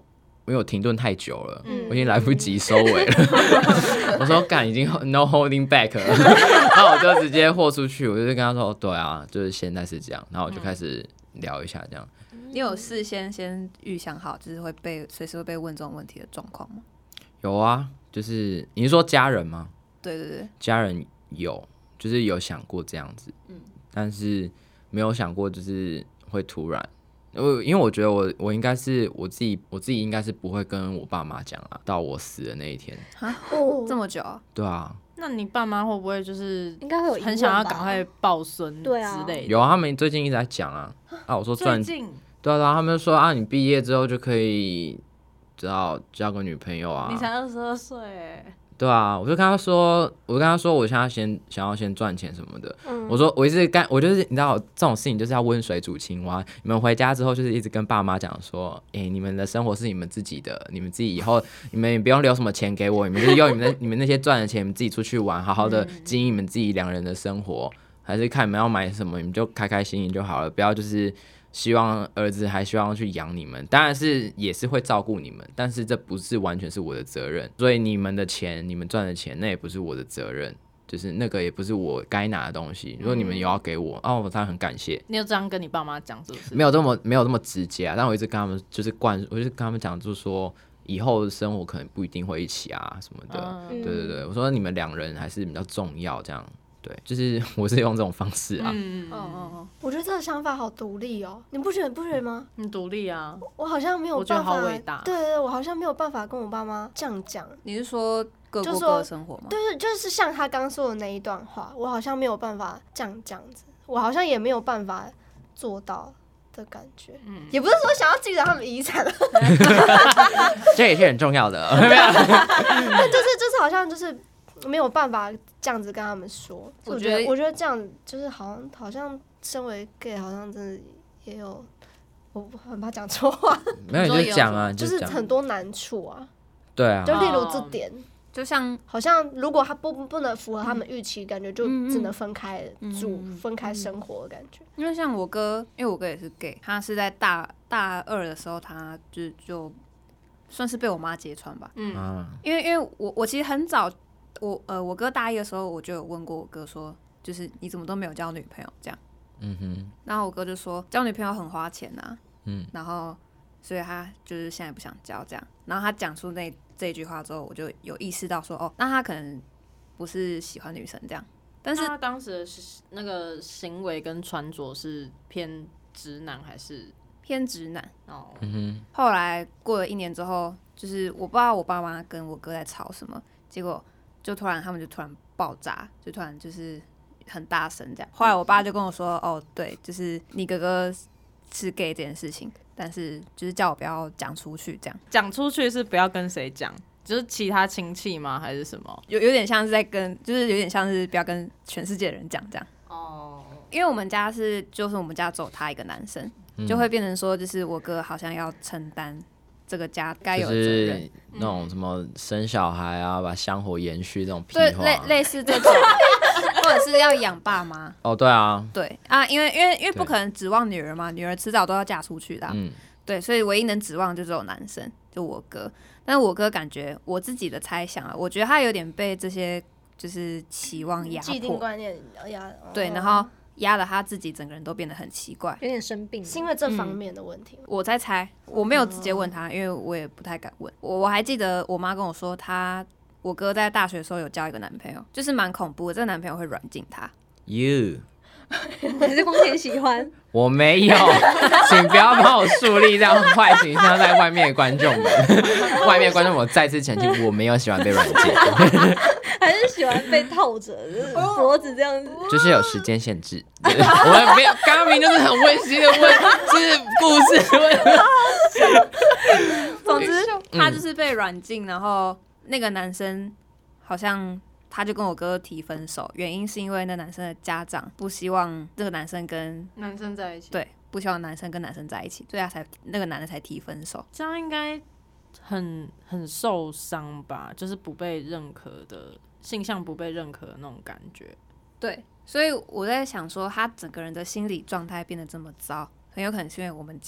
Speaker 4: 因为我停顿太久了，嗯、我已经来不及收尾了。我说干，已经 no holding back 了，然后我就直接豁出去，我就跟他说，对啊，就是现在是这样，然后我就开始聊一下这样。
Speaker 1: 你有事先先预想好，就是会被随时会被问这种问题的状况吗？
Speaker 4: 有啊，就是你是说家人吗？
Speaker 1: 对对对，
Speaker 4: 家人有，就是有想过这样子，嗯，但是没有想过就是会突然。因为我觉得我我应该是我自己我自己应该是不会跟我爸妈讲啊，到我死的那一天
Speaker 1: 啊，这么久啊？
Speaker 4: 对啊。
Speaker 2: 那你爸妈会不会就是
Speaker 5: 应该会有
Speaker 2: 很想要赶快抱孙之类的？
Speaker 4: 有啊，他们最近一直在讲啊啊，我说赚
Speaker 2: 最近
Speaker 4: 对啊，然后他们就说啊，你毕业之后就可以知道交个女朋友啊。
Speaker 2: 你才二十二岁哎。
Speaker 4: 对啊，我就跟他说，我就跟他说，我现在先想要先赚钱什么的。嗯、我说我一直干，我就是你知道这种事情就是要温水煮青蛙。你们回家之后就是一直跟爸妈讲说，哎、欸，你们的生活是你们自己的，你们自己以后你们也不用留什么钱给我，你们就是用你们你们那些赚的钱，你们自己出去玩，好好的经营你们自己两人的生活，还是看你们要买什么，你们就开开心心就好了，不要就是希望儿子还希望去养你们，当然是也是会照顾你们，但是这不是完全是我的责任，所以你们的钱你们赚的钱那也不是我的责任，就是那个也不是我该拿的东西，如果你们有要给我、嗯、哦，我当然很感谢。
Speaker 2: 你有这样跟你爸妈讲是不是？
Speaker 4: 没有这么没有这么直接啊，但我一直跟他们就是灌，我就跟他们讲就是说以后的生活可能不一定会一起啊什么的、嗯、对对对，我说你们两人还是比较重要这样。对，就是我是用这种方式啊。
Speaker 3: 嗯嗯嗯，我觉得这个想法好独立哦，你不觉得不觉得吗？
Speaker 2: 你独立啊，
Speaker 3: 我好像没有办法，
Speaker 2: 我觉得好伟大。
Speaker 3: 对对对，我好像没有办法跟我爸妈这样讲。
Speaker 1: 你是说各过各的生活吗？
Speaker 3: 对对，就是像他刚说的那一段话，我好像没有办法这样这样子，我好像也没有办法做到的感觉。嗯，也不是说想要继承他们遗产，
Speaker 4: 这也是很重要的。
Speaker 3: 但就是就是好像就是。没有办法这样子跟他们说，我觉得我觉得这样就是好像好像身为 gay 好像真的也有，我很怕讲错话。
Speaker 4: 没有你就讲啊，
Speaker 3: 就是很多难处啊。
Speaker 4: 对啊，
Speaker 3: 就例如这点，
Speaker 1: 就像
Speaker 3: 好像如果他不不能符合他们预期，感觉就只能分开住、分开生活的感觉。
Speaker 1: 因为像我哥，因为我哥也是 gay， 他是在大大二的时候，他就就算是被我妈揭穿吧。嗯，因为因为我我其实很早。我呃，我哥大一的时候，我就有问过我哥说，就是你怎么都没有交女朋友这样。嗯哼。然后我哥就说，交女朋友很花钱啊。嗯。然后，所以他就是现在不想交这样。然后他讲出那这句话之后，我就有意识到说，哦，那他可能不是喜欢女生这样。但是
Speaker 2: 他当时的那个行为跟穿着是偏直男还是
Speaker 1: 偏直男？哦。嗯哼。后来过了一年之后，就是我不知道我爸妈跟我哥在吵什么，结果。就突然，他们就突然爆炸，就突然就是很大声这样。后来我爸就跟我说：“哦，对，就是你哥哥是 gay 这件事情，但是就是叫我不要讲出去，这样
Speaker 2: 讲出去是不要跟谁讲，就是其他亲戚吗？还是什么？
Speaker 1: 有有点像是在跟，就是有点像是不要跟全世界的人讲这样。哦，因为我们家是，就是我们家只有他一个男生，嗯、就会变成说，就是我哥好像要承担。”这个家该有的责任，就是
Speaker 4: 那种什么生小孩啊，把香火延续这种屁话，
Speaker 1: 对，类类似这种，或者是要养爸妈。
Speaker 4: 哦，对啊，
Speaker 1: 对啊，因为因为因为不可能指望女儿嘛，女儿迟早都要嫁出去的、啊，嗯，对，所以唯一能指望就只有男生，就我哥。但是我哥感觉我自己的猜想啊，我觉得他有点被这些就是期望压迫，
Speaker 3: 既定观念压，
Speaker 1: 对，然后。压了他自己，整个人都变得很奇怪，
Speaker 5: 有点生病，
Speaker 3: 是因为这方面的问题、嗯。
Speaker 1: 我在猜，我没有直接问他，因为我也不太敢问。我我还记得我妈跟我说，他我哥在大学的时候有交一个男朋友，就是蛮恐怖的，这个男朋友会软禁他。
Speaker 4: You，
Speaker 5: 你是光前喜欢？
Speaker 4: 我没有，请不要帮我树立这样坏形象在外面的观众们。外面的观众，我再次澄清，我没有喜欢被软禁。
Speaker 5: 还是喜欢被套着，就是脖子这样子，
Speaker 4: 就是有时间限制。我们没有，刚刚明就是很温馨的问，就是故事问。
Speaker 1: 总之，他就是被软禁，然后那个男生好像他就跟我哥提分手，原因是因为那男生的家长不希望这个男生跟
Speaker 2: 男生在一起，
Speaker 1: 对，不希望男生跟男生在一起，所以他才那个男的才提分手。
Speaker 2: 这样应该很很受伤吧？就是不被认可的。性向不被认可的那种感觉，
Speaker 1: 对，所以我在想说，他整个人的心理状态变得这么糟，很有可能是因为我们家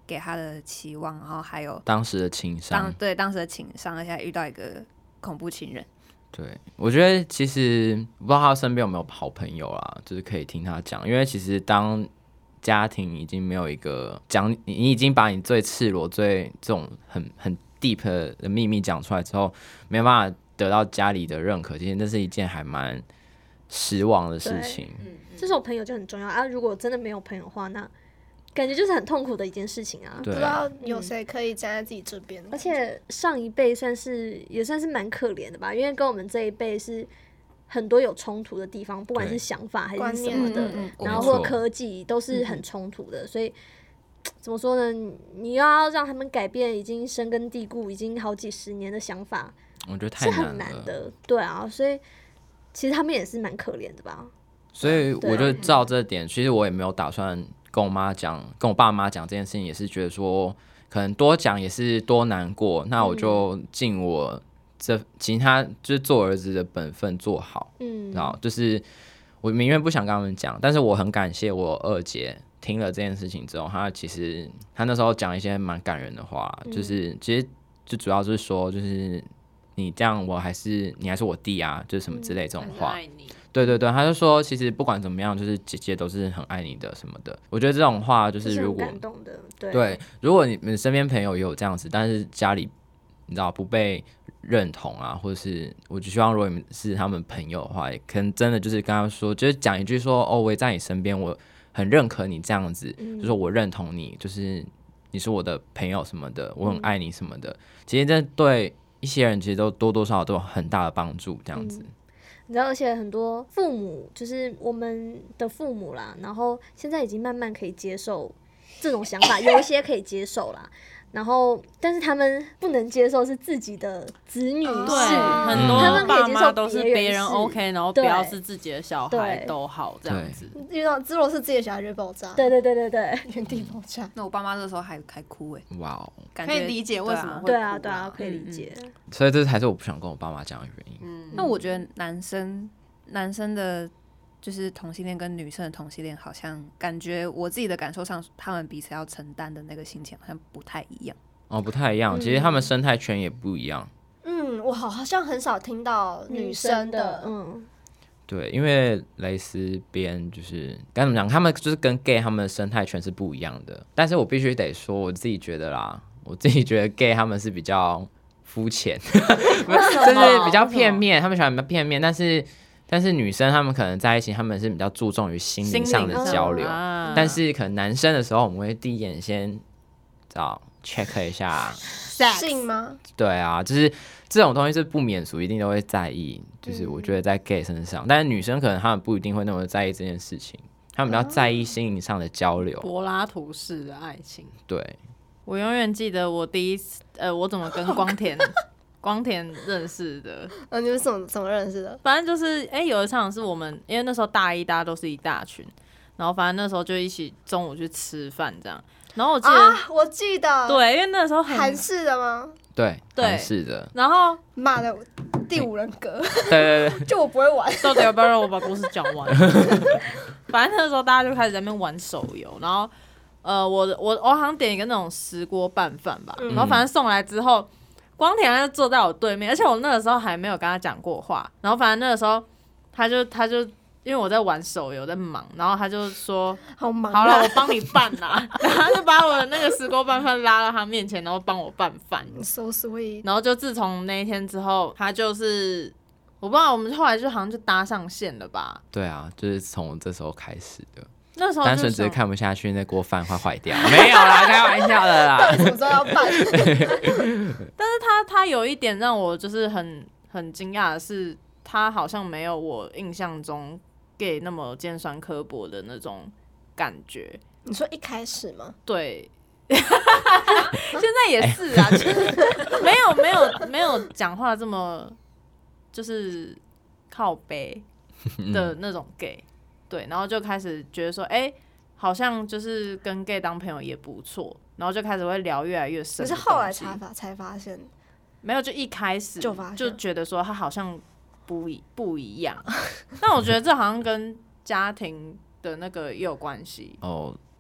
Speaker 1: 给他的期望，然后还有
Speaker 4: 当时的情商，
Speaker 1: 当对当时的情商，而且还遇到一个恐怖情人。
Speaker 4: 对，我觉得其实不知道他身边有没有好朋友啦，就是可以听他讲，因为其实当家庭已经没有一个讲，你已经把你最赤裸、最这种很很 deep 的秘密讲出来之后，没办法得到家里的认可，其实这是一件还蛮失望的事情。
Speaker 5: 这种朋友就很重要啊！如果真的没有朋友的话，那感觉就是很痛苦的一件事情啊！
Speaker 3: 不知道有谁可以站在自己这边、嗯。
Speaker 5: 而且上一辈算是也算是蛮可怜的吧，因为跟我们这一辈是很多有冲突的地方，不管是想法还是什么的，嗯、然后或科技都是很冲突的，所以怎么说呢？你要让他们改变已经深根蒂固、已经好几十年的想法，
Speaker 4: 我觉得太难了，
Speaker 5: 是很难的。对啊，所以其实他们也是蛮可怜的吧。
Speaker 4: 所以我就照这点，其实我也没有打算跟我妈讲，跟我爸妈讲这件事情，也是觉得说可能多讲也是多难过，那我就尽我这其他就是做儿子的本分做好，嗯，然后就是我宁愿不想跟他们讲，但是我很感谢我二姐听了这件事情之后，她其实她那时候讲一些蛮感人的话，嗯、就是其实就主要就是说，就是你这样我还是你还是我弟啊，就是什么之类这种话。嗯对对对，他就说，其实不管怎么样，就是姐姐都是很爱你的什么的。我觉得这种话就是如果，
Speaker 5: 是很感动的，对。
Speaker 4: 对，如果你们身边朋友也有这样子，但是家里你知道不被认同啊，或者是我就希望如果你们是他们朋友的话，也可能真的就是跟他说，就是讲一句说，哦，我也在你身边，我很认可你这样子，嗯、就是我认同你，就是你是我的朋友什么的，我很爱你什么的。嗯、其实这对一些人其实都多多少少都有很大的帮助，这样子。嗯
Speaker 5: 你知道，而且很多父母就是我们的父母啦，然后现在已经慢慢可以接受这种想法，有一些可以接受啦。然后，但是他们不能接受是自己的子女是，
Speaker 2: 对，很多爸妈都是别人 OK， 然后不要是自己的小孩都好这样子。
Speaker 3: 遇到如果是自己的小孩就会爆炸，
Speaker 5: 对对对对对，
Speaker 3: 原地爆炸。
Speaker 1: 那我爸妈那时候还还哭哎，
Speaker 4: 哇哦，
Speaker 1: 可以理解为什么会哭。
Speaker 5: 对啊对啊，可以理解。
Speaker 4: 所以这才是我不想跟我爸妈讲的原因。
Speaker 1: 嗯，那我觉得男生男生的。就是同性恋跟女生的同性恋，好像感觉我自己的感受上，他们彼此要承担的那个心情好像不太一样。
Speaker 4: 哦，不太一样。其实他们生态圈也不一样。
Speaker 3: 嗯，我好像很少听到女生的。嗯，
Speaker 4: 对，因为蕾丝边就是该怎么讲，他们就是跟 gay 他们的生态圈是不一样的。但是我必须得说，我自己觉得啦，我自己觉得 gay 他们是比较肤浅，就是比较片面，他们喜欢比较片面，但是。但是女生她们可能在一起，她们是比较注重于心灵上的交流，啊、但是可能男生的时候，我们会第一眼先找 check 一下
Speaker 3: 性吗？
Speaker 4: 对啊，就是这种东西是不免俗，一定都会在意。就是我觉得在 gay 身上，嗯、但是女生可能她们不一定会那么在意这件事情，她们比较在意心灵上的交流。
Speaker 2: 柏拉图式的爱情，
Speaker 4: 对，
Speaker 2: 我永远记得我第一次，呃，我怎么跟光田。光田认识的，
Speaker 3: 呃、哦，你们怎么怎么认识的？
Speaker 2: 反正就是，哎、欸，有一场是我们，因为那时候大一大家都是一大群，然后反正那时候就一起中午去吃饭这样。然后我记得，
Speaker 3: 啊、我记得，
Speaker 2: 对，因为那时候很
Speaker 3: 韩式的吗？
Speaker 4: 对，韩式的。
Speaker 2: 然后
Speaker 3: 妈的，第五人格，
Speaker 4: 对对对，
Speaker 3: 就我不会玩。
Speaker 2: 到底要不要让我把故事讲完？反正那时候大家就开始在那边玩手游，然后呃，我我我好像点一个那种石锅拌饭吧，嗯、然后反正送来之后。光田他就坐在我对面，而且我那个时候还没有跟他讲过话，然后反正那个时候他就他就因为我在玩手游在忙，然后他就说
Speaker 3: 好忙、
Speaker 2: 啊，好了，我帮你拌啦，然后他就把我的那个石锅拌饭拉到他面前，然后帮我拌饭
Speaker 3: ，so sweet。
Speaker 2: 然后就自从那一天之后，他就是我不知道，我们后来就好像就搭上线了吧？
Speaker 4: 对啊，就是从这时候开始的。
Speaker 2: 那时候
Speaker 4: 单纯只是看不下去那锅饭会坏掉，没有啦，开玩笑的啦。
Speaker 3: 什么时候要拌？
Speaker 2: 但是他他有一点让我就是很很惊讶的是，他好像没有我印象中 gay 那么尖酸刻薄的那种感觉。
Speaker 3: 你说一开始吗？
Speaker 2: 对，现在也是啊，就是没有没有没有讲话这么就是靠北的那种 gay。对，然后就开始觉得说，哎、欸，好像就是跟 gay 当朋友也不错，然后就开始会聊越来越深。
Speaker 3: 可是后来才发才发现，
Speaker 2: 没有，就一开始
Speaker 3: 就发现
Speaker 2: 就觉得说他好像不一不一样。但我觉得这好像跟家庭的那个也有关系。
Speaker 4: 哦，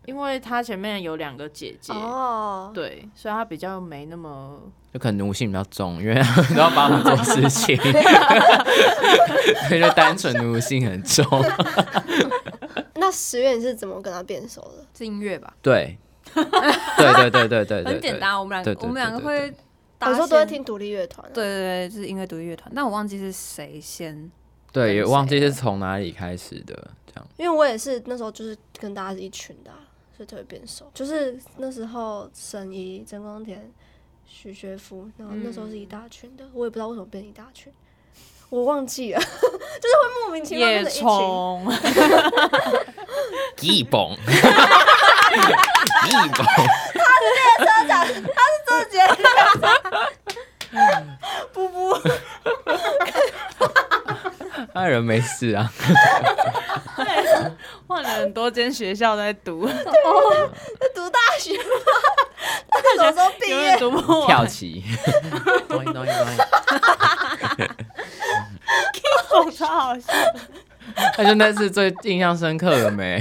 Speaker 2: 因为他前面有两个姐姐，
Speaker 3: 哦，
Speaker 2: 对，所以他比较没那么，
Speaker 4: 就可能奴性比较重，因为都要帮他们做事情，所以就单纯奴性很重。
Speaker 3: 那十月你是怎么跟他变熟的？
Speaker 1: 是音乐吧？
Speaker 4: 对，对对对对对对，
Speaker 1: 很简单，我们两个我们两个会，
Speaker 3: 有时候都会听独立乐团，
Speaker 1: 对对对，就是音乐独立乐团，但我忘记是谁先。
Speaker 4: 对，也忘记是从哪里开始的，这样。
Speaker 3: 因为我也是那时候就是跟大家是一群的、啊，所以才会变熟。就是那时候沈怡、曾光田、许学福，然后那时候是一大群的，嗯、我也不知道为什么变一大群，我忘记了，就是会莫名其妙变成一群。
Speaker 4: 一蹦，一蹦，
Speaker 3: 他是列车长，他是周杰伦，布布。
Speaker 4: 他人没事啊，
Speaker 2: 换了很多间学校在读，
Speaker 3: 在读大学吗？他什么时候毕业？
Speaker 2: 读不完
Speaker 4: 跳棋，咚咚咚，
Speaker 2: 超好笑。
Speaker 4: 他就那是最印象深刻的没？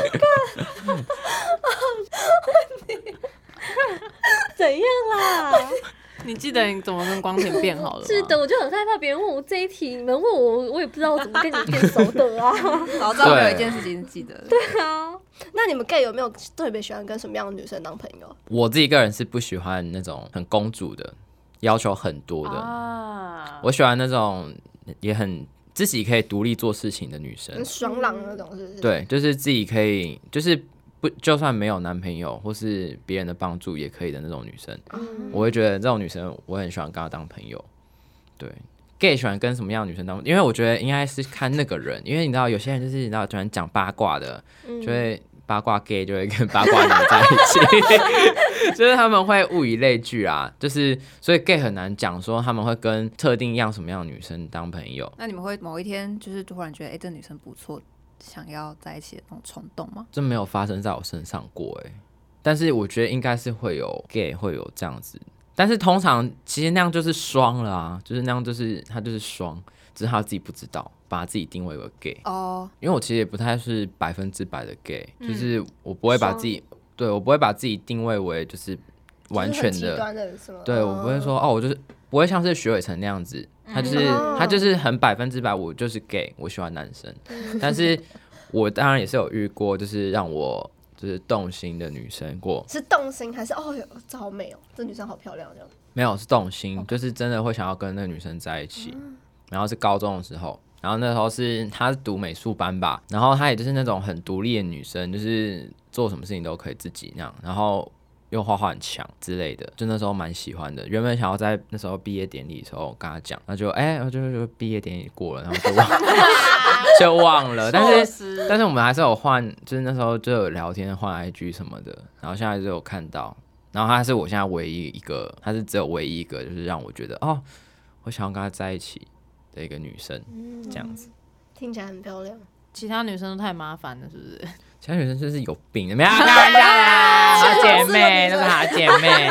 Speaker 5: 怎样啦？
Speaker 2: 你记得你怎么跟光田变好了吗？
Speaker 5: 是的，我就很害怕别人问我这一题，你们问我，我也不知道我怎么跟你变熟的啊。
Speaker 1: 老早有一件事情是记得的。
Speaker 5: 对啊，
Speaker 3: 那你们 gay 有没有特别喜欢跟什么样的女生当朋友？
Speaker 4: 我自己个人是不喜欢那种很公主的，要求很多的。
Speaker 2: 啊、
Speaker 4: 我喜欢那种也很自己可以独立做事情的女生，
Speaker 3: 很爽朗那种，是不是？
Speaker 4: 对，就是自己可以，就是不就算没有男朋友或是别人的帮助也可以的那种女生。嗯、我会觉得这种女生我很喜欢跟她当朋友。对 ，gay 喜欢跟什么样的女生当朋友？因为我觉得应该是看那个人，因为你知道有些人就是你知道喜欢讲八卦的，嗯、就会八卦 gay 就会跟八卦女在一起，就是他们会物以类聚啊，就是所以 gay 很难讲说他们会跟特定样什么样的女生当朋友。
Speaker 1: 那你们会某一天就是突然觉得，哎、欸，这女生不错，想要在一起的那种冲动吗？
Speaker 4: 这没有发生在我身上过哎、欸，但是我觉得应该是会有 gay 会有这样子，但是通常其实那样就是双了啊，就是那样就是他就是双，只是他自己不知道，把自己定位为 gay 哦。Oh. 因为我其实也不太是百分之百的 gay，、嗯、就是我不会把自己，对我不会把自己定位为就是完全的，
Speaker 3: 就是很极端的是吗？
Speaker 4: 对我不会说哦，我就是不会像是徐伟成那样子，他就是、嗯、他就是很百分之百我就是 gay， 我喜欢男生，嗯、但是我当然也是有遇过，就是让我就是动心的女生过。
Speaker 3: 是动心还是哦哟，这好美哦，这女生好漂亮这样？
Speaker 4: 没有，是动心， okay. 就是真的会想要跟那个女生在一起。嗯、然后是高中的时候，然后那时候是她是读美术班吧，然后她也就是那种很独立的女生，就是做什么事情都可以自己那样，然后又画画很强之类的，就那时候蛮喜欢的。原本想要在那时候毕业典礼的时候跟她讲，那就哎，欸、就就毕业典礼过了，然后就忘就忘了。但是但是我们还是有换，就是那时候就有聊天换 I G 什么的，然后现在就有看到。然后她是我现在唯一一个，她是只有唯一一个，就是让我觉得哦，我想要跟她在一起的一个女生，嗯、这样子。
Speaker 3: 听起来很漂亮。
Speaker 2: 其他女生都太麻烦了，是不是？
Speaker 4: 其他女生就是有病，没有开玩笑啦，好姐妹，都是好姐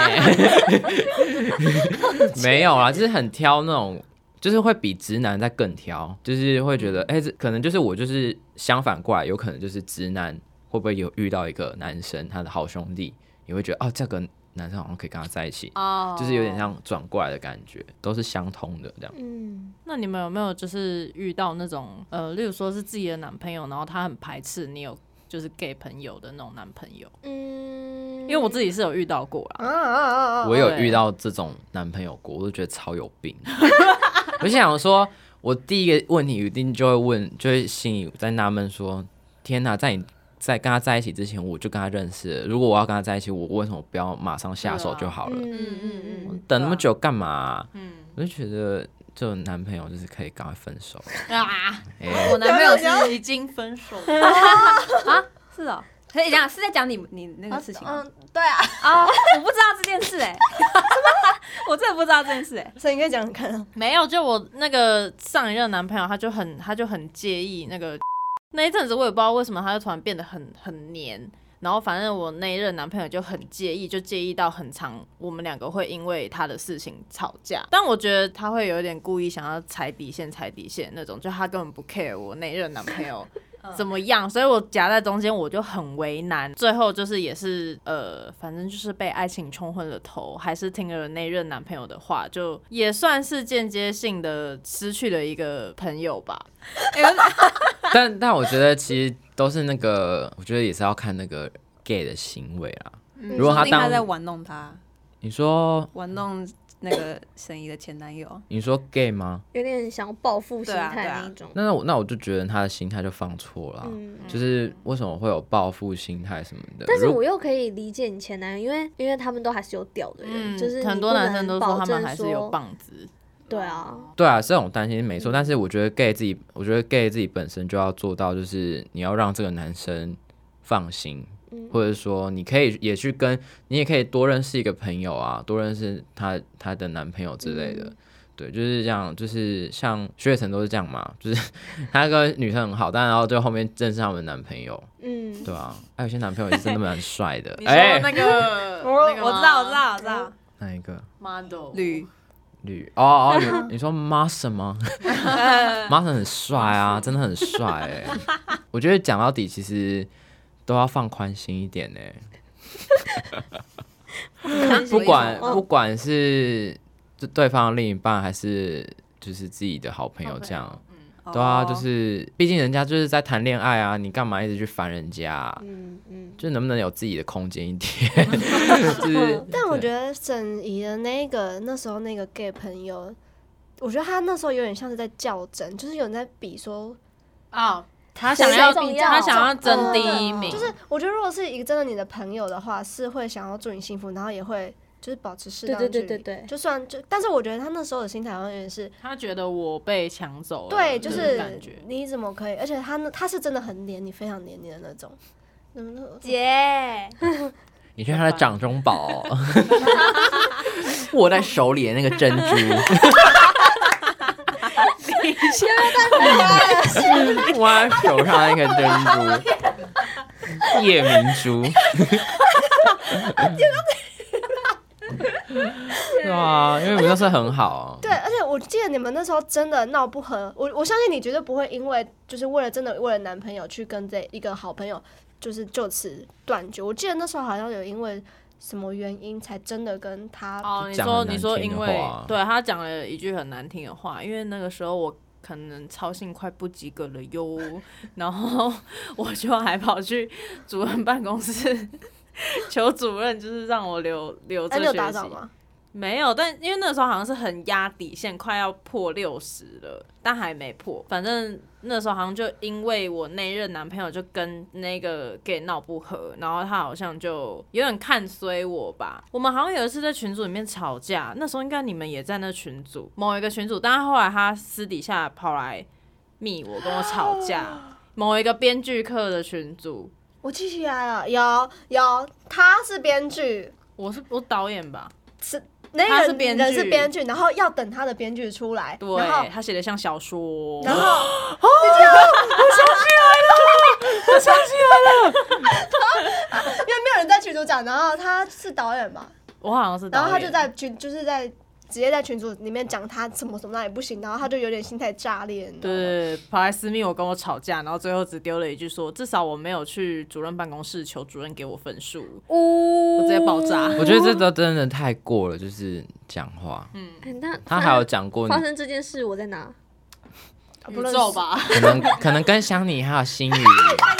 Speaker 4: 妹。没有啦，就是很挑那种，就是会比直男再更挑，就是会觉得，哎、欸，可能就是我就是相反过来，有可能就是直男会不会有遇到一个男生，他的好兄弟。你会觉得哦，这个男生好像可以跟他在一起， oh. 就是有点像转过来的感觉，都是相通的这样。
Speaker 2: 嗯，那你们有没有就是遇到那种呃，例如说是自己的男朋友，然后他很排斥你有就是 gay 朋友的那种男朋友？嗯，因为我自己是有遇到过啦。
Speaker 3: 啊、
Speaker 4: 我有遇到这种男朋友过，我都觉得超有病。我就想说，我第一个问题一定就会问，就会心里在纳闷说：天哪，在你。在跟他在一起之前，我就跟他认识了。如果我要跟他在一起，我为什么不要马上下手就好了？嗯嗯嗯，等那么久干嘛、啊？嗯，我就觉得这种男朋友就是可以赶快分手啊！
Speaker 2: 欸、我男朋友是已经分手了
Speaker 1: 啊？是哦，可以讲是在讲你你那个事情吗？
Speaker 3: 嗯，对啊。
Speaker 1: 啊，我不知道这件事哎、欸，我真的不知道这件事哎、欸，
Speaker 3: 所以你可以讲讲看啊。
Speaker 2: 没有，就我那个上一任男朋友，他就很他就很介意那个。那一阵子我也不知道为什么他就突然变得很很黏，然后反正我那一任男朋友就很介意，就介意到很长，我们两个会因为他的事情吵架。但我觉得他会有点故意想要踩底线踩底线那种，就他根本不 care 我那一任男朋友怎么样，所以我夹在中间，我就很为难。最后就是也是呃，反正就是被爱情冲昏了头，还是听了那任男朋友的话，就也算是间接性的失去了一个朋友吧。
Speaker 4: 但但我觉得其实都是那个，我觉得也是要看那个 gay 的行为啦。
Speaker 1: 嗯、如果他当他在玩弄他，
Speaker 4: 你说
Speaker 1: 玩弄那个沈怡的前男友，
Speaker 4: 你说 gay 吗？
Speaker 5: 有点想要报复心态那一种。
Speaker 4: 啊啊、那我那我就觉得他的心态就放错了、嗯，就是为什么会有报复心态什么的。
Speaker 5: 但是我又可以理解你前男友，因为因为他们都还是有屌的人，嗯、就是
Speaker 2: 很多男生都说他们还是有棒子。
Speaker 5: 对啊，
Speaker 4: 对啊，这种担心没错、嗯，但是我觉得 gay 自己，我觉得 gay 自己本身就要做到，就是你要让这个男生放心，嗯、或者说你可以也去跟你也可以多认识一个朋友啊，多认识他他的男朋友之类的，嗯、对，就是这样，就是像薛岳成都是这样嘛，就是他跟女生很好，但然后就后面认识他们的男朋友，嗯，对啊，还有些男朋友也是真的蛮帅的，
Speaker 2: 哎，那个
Speaker 1: 我我知道我知道我知道
Speaker 4: 哪一个
Speaker 2: model
Speaker 1: 吕。
Speaker 4: 吕哦哦，你, 你说 Mason 吗？Mason 很帅啊，真的很帅哎、欸。我觉得讲到底，其实都要放宽心一点哎、欸。不管不管是对方的另一半，还是就是自己的好朋友这样。对啊，就是毕竟人家就是在谈恋爱啊，你干嘛一直去烦人家、啊？嗯嗯，就能不能有自己的空间一点？就是，
Speaker 3: 但我觉得沈怡的那个那时候那个 gay 朋友，我觉得他那时候有点像是在较真，就是有人在比说
Speaker 2: 啊、哦，他想要他想要争第一名、
Speaker 3: 嗯，就是我觉得如果是一个真的你的朋友的话，是会想要祝你幸福，然后也会。就是保持适当距离，
Speaker 5: 对对对对对，
Speaker 3: 就算就，但是我觉得他那时候的心态好像有点是，
Speaker 2: 他觉得我被抢走了，
Speaker 3: 对，就是你怎么可以？而且他他是真的很黏你，非常黏你的那种。
Speaker 5: 姐，
Speaker 4: 你觉得他的掌中宝、哦，握在手里的那个珍珠，
Speaker 5: 你现在
Speaker 4: 握在手上那个珍珠，夜明珠。对啊，因为我们那时候很好、啊。
Speaker 3: 对，而且我记得你们那时候真的闹不和，我我相信你绝对不会因为就是为了真的为了男朋友去跟这一个好朋友就是就此断绝。我记得那时候好像有因为什么原因才真的跟他
Speaker 2: 哦，你说你说因为对他讲了一句很难听的话，因为那个时候我可能操性快不及格了哟，然后我就还跑去主任办公室。求主任就是让我留留这学期，
Speaker 3: 欸、你有打扫吗？
Speaker 2: 没有，但因为那个时候好像是很压底线，快要破六十了，但还没破。反正那时候好像就因为我那任男朋友就跟那个 gay 闹不和，然后他好像就有点看衰我吧。我们好像有一次在群组里面吵架，那时候应该你们也在那群组某一个群组，但是后来他私底下跑来密我，跟我吵架。某一个编剧课的群组。
Speaker 3: 我记起来了，有有，他是编剧，
Speaker 2: 我是我导演吧，
Speaker 3: 是那个人人是编剧，然后要等他的编剧出来，
Speaker 2: 对，他写的像小说，
Speaker 3: 然后，
Speaker 2: 哦，我想起来了，我想起来了，
Speaker 3: 因为没有人在群组讲，然后他是导演吧，
Speaker 2: 我好像是导演，
Speaker 3: 然后他就在群就是在。直接在群组里面讲他什么什么那也不行，然后他就有点心态炸裂，
Speaker 2: 对，跑来私密我跟我吵架，然后最后只丢了一句说，至少我没有去主任办公室求主任给我分数，哦，我直接爆炸。
Speaker 4: 我觉得这都真的太过了，就是讲话。嗯，
Speaker 5: 那
Speaker 4: 他还有讲过
Speaker 5: 发生这件事我在哪？
Speaker 2: 宇宙吧，
Speaker 4: 可能可能跟香妮还有心宇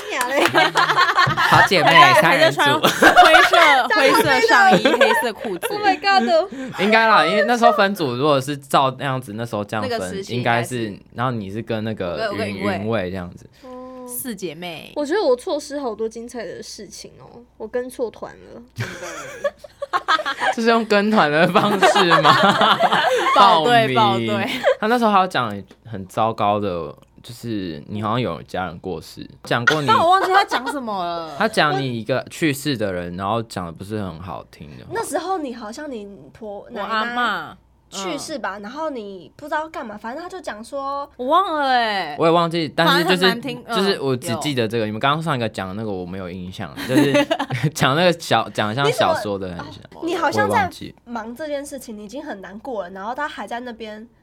Speaker 4: 好姐妹三人组，
Speaker 2: 灰色灰色上衣，黑色裤子。
Speaker 5: Oh my god！
Speaker 4: 应该啦，因为那时候分组，如果是照那样子，那时候这样分，那個、应该是，然后你是跟那个云云蔚这样子。
Speaker 2: 哦，四姐妹。
Speaker 5: 我觉得我错失好多精彩的事情哦，我跟错团了，真的。
Speaker 4: 这是用跟团的方式吗？
Speaker 2: 报对报对。
Speaker 4: 他那时候还有讲很糟糕的。就是你好像有家人过世，讲过你，
Speaker 2: 但我忘记他讲什么了。
Speaker 4: 他讲你一个去世的人，然后讲的不是很好听的。
Speaker 3: 那时候你好像你婆奶奶去世吧，然后你不知道干嘛，反正他就讲说，
Speaker 2: 我忘了哎、欸，
Speaker 4: 我也忘记，但是就是、
Speaker 2: 嗯、
Speaker 4: 就是我只记得这个。你们刚刚上一个讲的那个我没有印象，就是讲那个小讲的像小说的很像。
Speaker 3: 你好像在忙这件事情，你已经很难过了，然后他还在那边。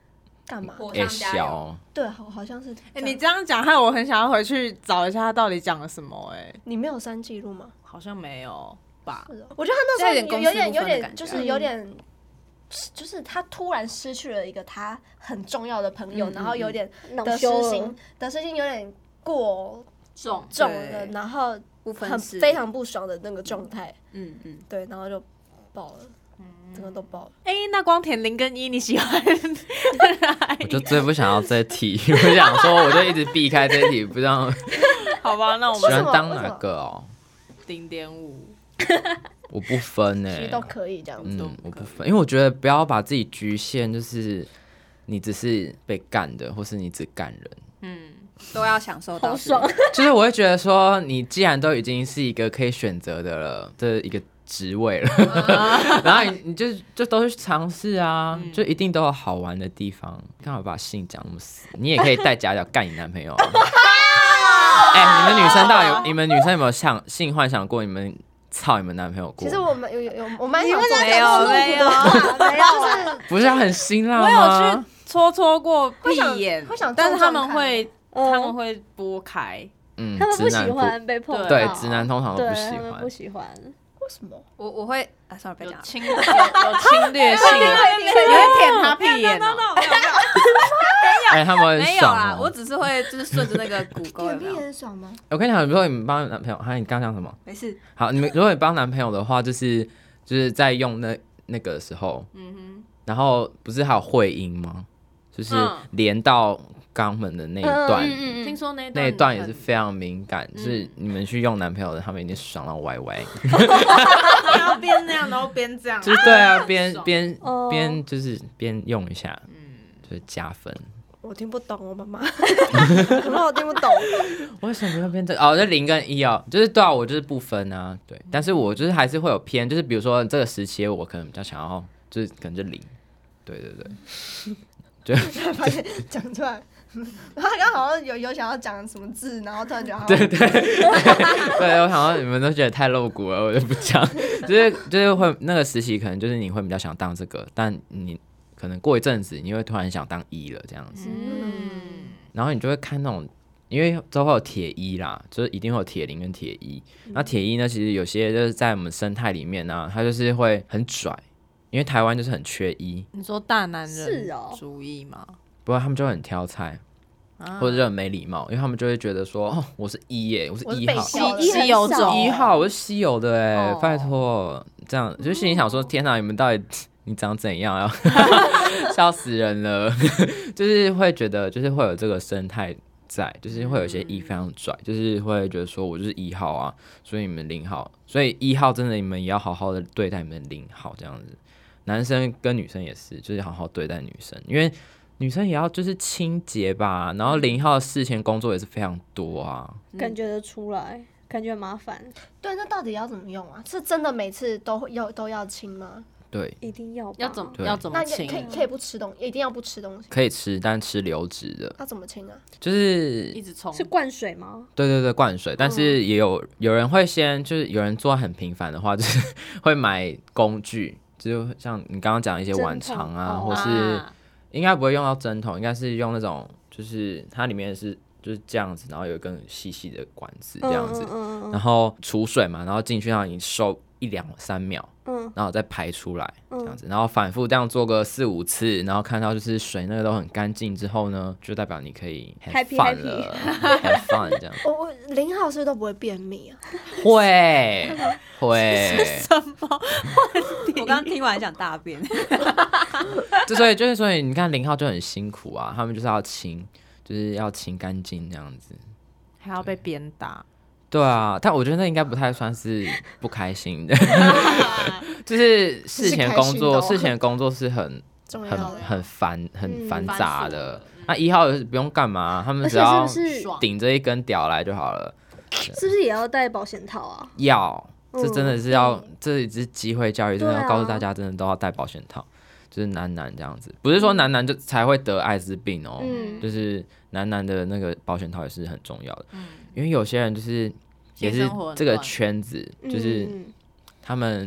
Speaker 3: 干嘛？
Speaker 4: 哎小，
Speaker 3: 对，好好像是。
Speaker 2: 哎，你这样讲，害我很想要回去找一下他到底讲了什么。哎，
Speaker 3: 你没有删记录吗？
Speaker 2: 好像没有吧。
Speaker 3: 我觉得他那时候有点有点就是有点，就是他突然失去了一个他很重要的朋友，然后有点得失心，得失心有点过重重了，然后很非常不爽的那个状态。嗯嗯，对，然后就爆了。整个都爆了。
Speaker 2: 哎、欸，那光田零跟一你喜欢？
Speaker 4: 我就最不想要这题，我想说，我就一直避开这题，不让。
Speaker 2: 好吧，那我
Speaker 4: 们喜欢当哪个哦？
Speaker 2: 零点五，
Speaker 4: 我不分哎、欸，
Speaker 3: 其实都可以这样子。
Speaker 4: 嗯，我不分，因为我觉得不要把自己局限，就是你只是被干的，或是你只干人，
Speaker 1: 嗯，都要享受到。
Speaker 5: 好爽。
Speaker 4: 就是我会觉得说，你既然都已经是一个可以选择的了，这一个。职位了，然后你你就就都去尝试啊，嗯、就一定都有好玩的地方。干嘛把性讲那么死？你也可以带假脚干你男朋友。哎、欸，你们女生到底有？你们女生有没有想性幻想过？你们操你们男朋友过？
Speaker 3: 其实我们有有有，我蛮
Speaker 1: 想
Speaker 3: 做
Speaker 1: 没有没有
Speaker 3: 没有，就是
Speaker 4: 不是很辛辣吗？
Speaker 2: 我有去戳戳过屁眼，
Speaker 3: 会想，
Speaker 2: 但是他们会他们会拨开，
Speaker 5: 嗯，他们不喜欢被碰到，
Speaker 4: 对，直男通常都不喜欢，
Speaker 5: 不喜欢。
Speaker 3: 为什么？
Speaker 1: 我我会啊，算了，别讲，
Speaker 2: 有侵有有侵略性，你会舔他屁眼哦？
Speaker 4: 哎，他们很
Speaker 1: 没有啦，我只是会就是顺着那个骨沟。
Speaker 3: 舔屁眼很爽吗？
Speaker 4: 我跟你讲，如果你们帮男朋友，哈，你刚刚讲什么？
Speaker 1: 没事。
Speaker 4: 好，你们如果你帮男朋友的话，就是就是在用那那个时候，嗯哼，然后不是还有会阴吗？就是连到肛门的那一段，
Speaker 2: 嗯嗯嗯、听说那
Speaker 4: 那一段也是非常敏感，嗯、就是你们去用男朋友的，他们一定爽到歪歪。
Speaker 2: 然后边那样，然后边这样，
Speaker 4: 就是对啊，边边边就是边用一下，嗯，就是加分。
Speaker 3: 我听不懂，我妈妈，可能我听不懂。
Speaker 4: 为什么要变这个？哦，这零跟一哦，就是对啊，我就是不分啊，对，但是我就是还是会有偏，就是比如说这个时期我可能比较想要，就是可能就零，对对对。
Speaker 3: 就发现讲出来，他刚刚好像有有想要讲什么字，然后突然觉得
Speaker 4: 对对对，我想到你们都觉得太露骨了，我就不讲。就是就是会那个时期，可能就是你会比较想当这个，但你可能过一阵子，你会突然想当一了这样子。嗯，然后你就会看那种，因为都会有铁一啦，就是一定会有铁零跟铁一。那铁一呢，其实有些就是在我们生态里面呢、啊，它就是会很拽。因为台湾就是很缺一，
Speaker 2: 你说大男人主义吗？
Speaker 4: 哦、不过他们就很挑菜，啊、或者就很没礼貌，因为他们就会觉得说，哦，我是一耶，我是一号，
Speaker 2: 稀有种
Speaker 4: 一号，我是稀有的哎，哦、拜托，这样就心里想说，天哪，你们到底你长怎样啊？笑死人了，就是会觉得，就是会有这个生态在，就是会有一些一非常拽，就是会觉得说我就是一号啊，所以你们零号，所以一号真的你们也要好好的对待你们零号这样子。男生跟女生也是，就是好好对待女生，因为女生也要就是清洁吧，然后零号的事前工作也是非常多啊，
Speaker 5: 感觉得出来，感觉很麻烦。
Speaker 3: 对，那到底要怎么用啊？是真的每次都要都要清吗？
Speaker 4: 对，
Speaker 5: 一定要
Speaker 2: 要怎么要怎么清？
Speaker 3: 那可以可以不吃东西，一定要不吃东西？
Speaker 4: 可以吃，但吃流质的。
Speaker 3: 那怎么清啊？
Speaker 4: 就是
Speaker 2: 一直冲，
Speaker 5: 是灌水吗？
Speaker 4: 对对对，灌水。但是也有有人会先，就是有人做很频繁的话，就是会买工具。就像你刚刚讲的一些碗肠啊，或是应该不会用到针筒，应该是用那种，就是它里面是就是这样子，然后有一根细细的管子这样子，嗯嗯嗯、然后储水嘛，然后进去让你收一两三秒，嗯、然后再排出来这样子，然后反复这样做个四五次，然后看到就是水那个都很干净之后呢，就代表你可以 have fun 了 have fun 这样。
Speaker 3: 我我零号是不是都不会便秘啊？
Speaker 4: 会会
Speaker 2: 是什么问题？
Speaker 1: 我刚刚听完想大便。
Speaker 4: 就所以就是所以你看零号就很辛苦啊，他们就是要清，就是要清干净这样子，
Speaker 2: 还要被鞭打。
Speaker 4: 对啊，但我觉得那应该不太算是不开心的，就是事前工作，事前工作是很很很繁很繁杂的。那一号不用干嘛，他们只要顶着一根屌来就好了。
Speaker 5: 是不是也要戴保险套啊？
Speaker 4: 要，这真的是要，这也是机会教育，真的要告诉大家，真的都要戴保险套。就是男男这样子，不是说男男就才会得艾滋病哦，嗯、就是男男的那个保险套也是很重要的，嗯、因为有些人就是也是这个圈子，嗯、就是他们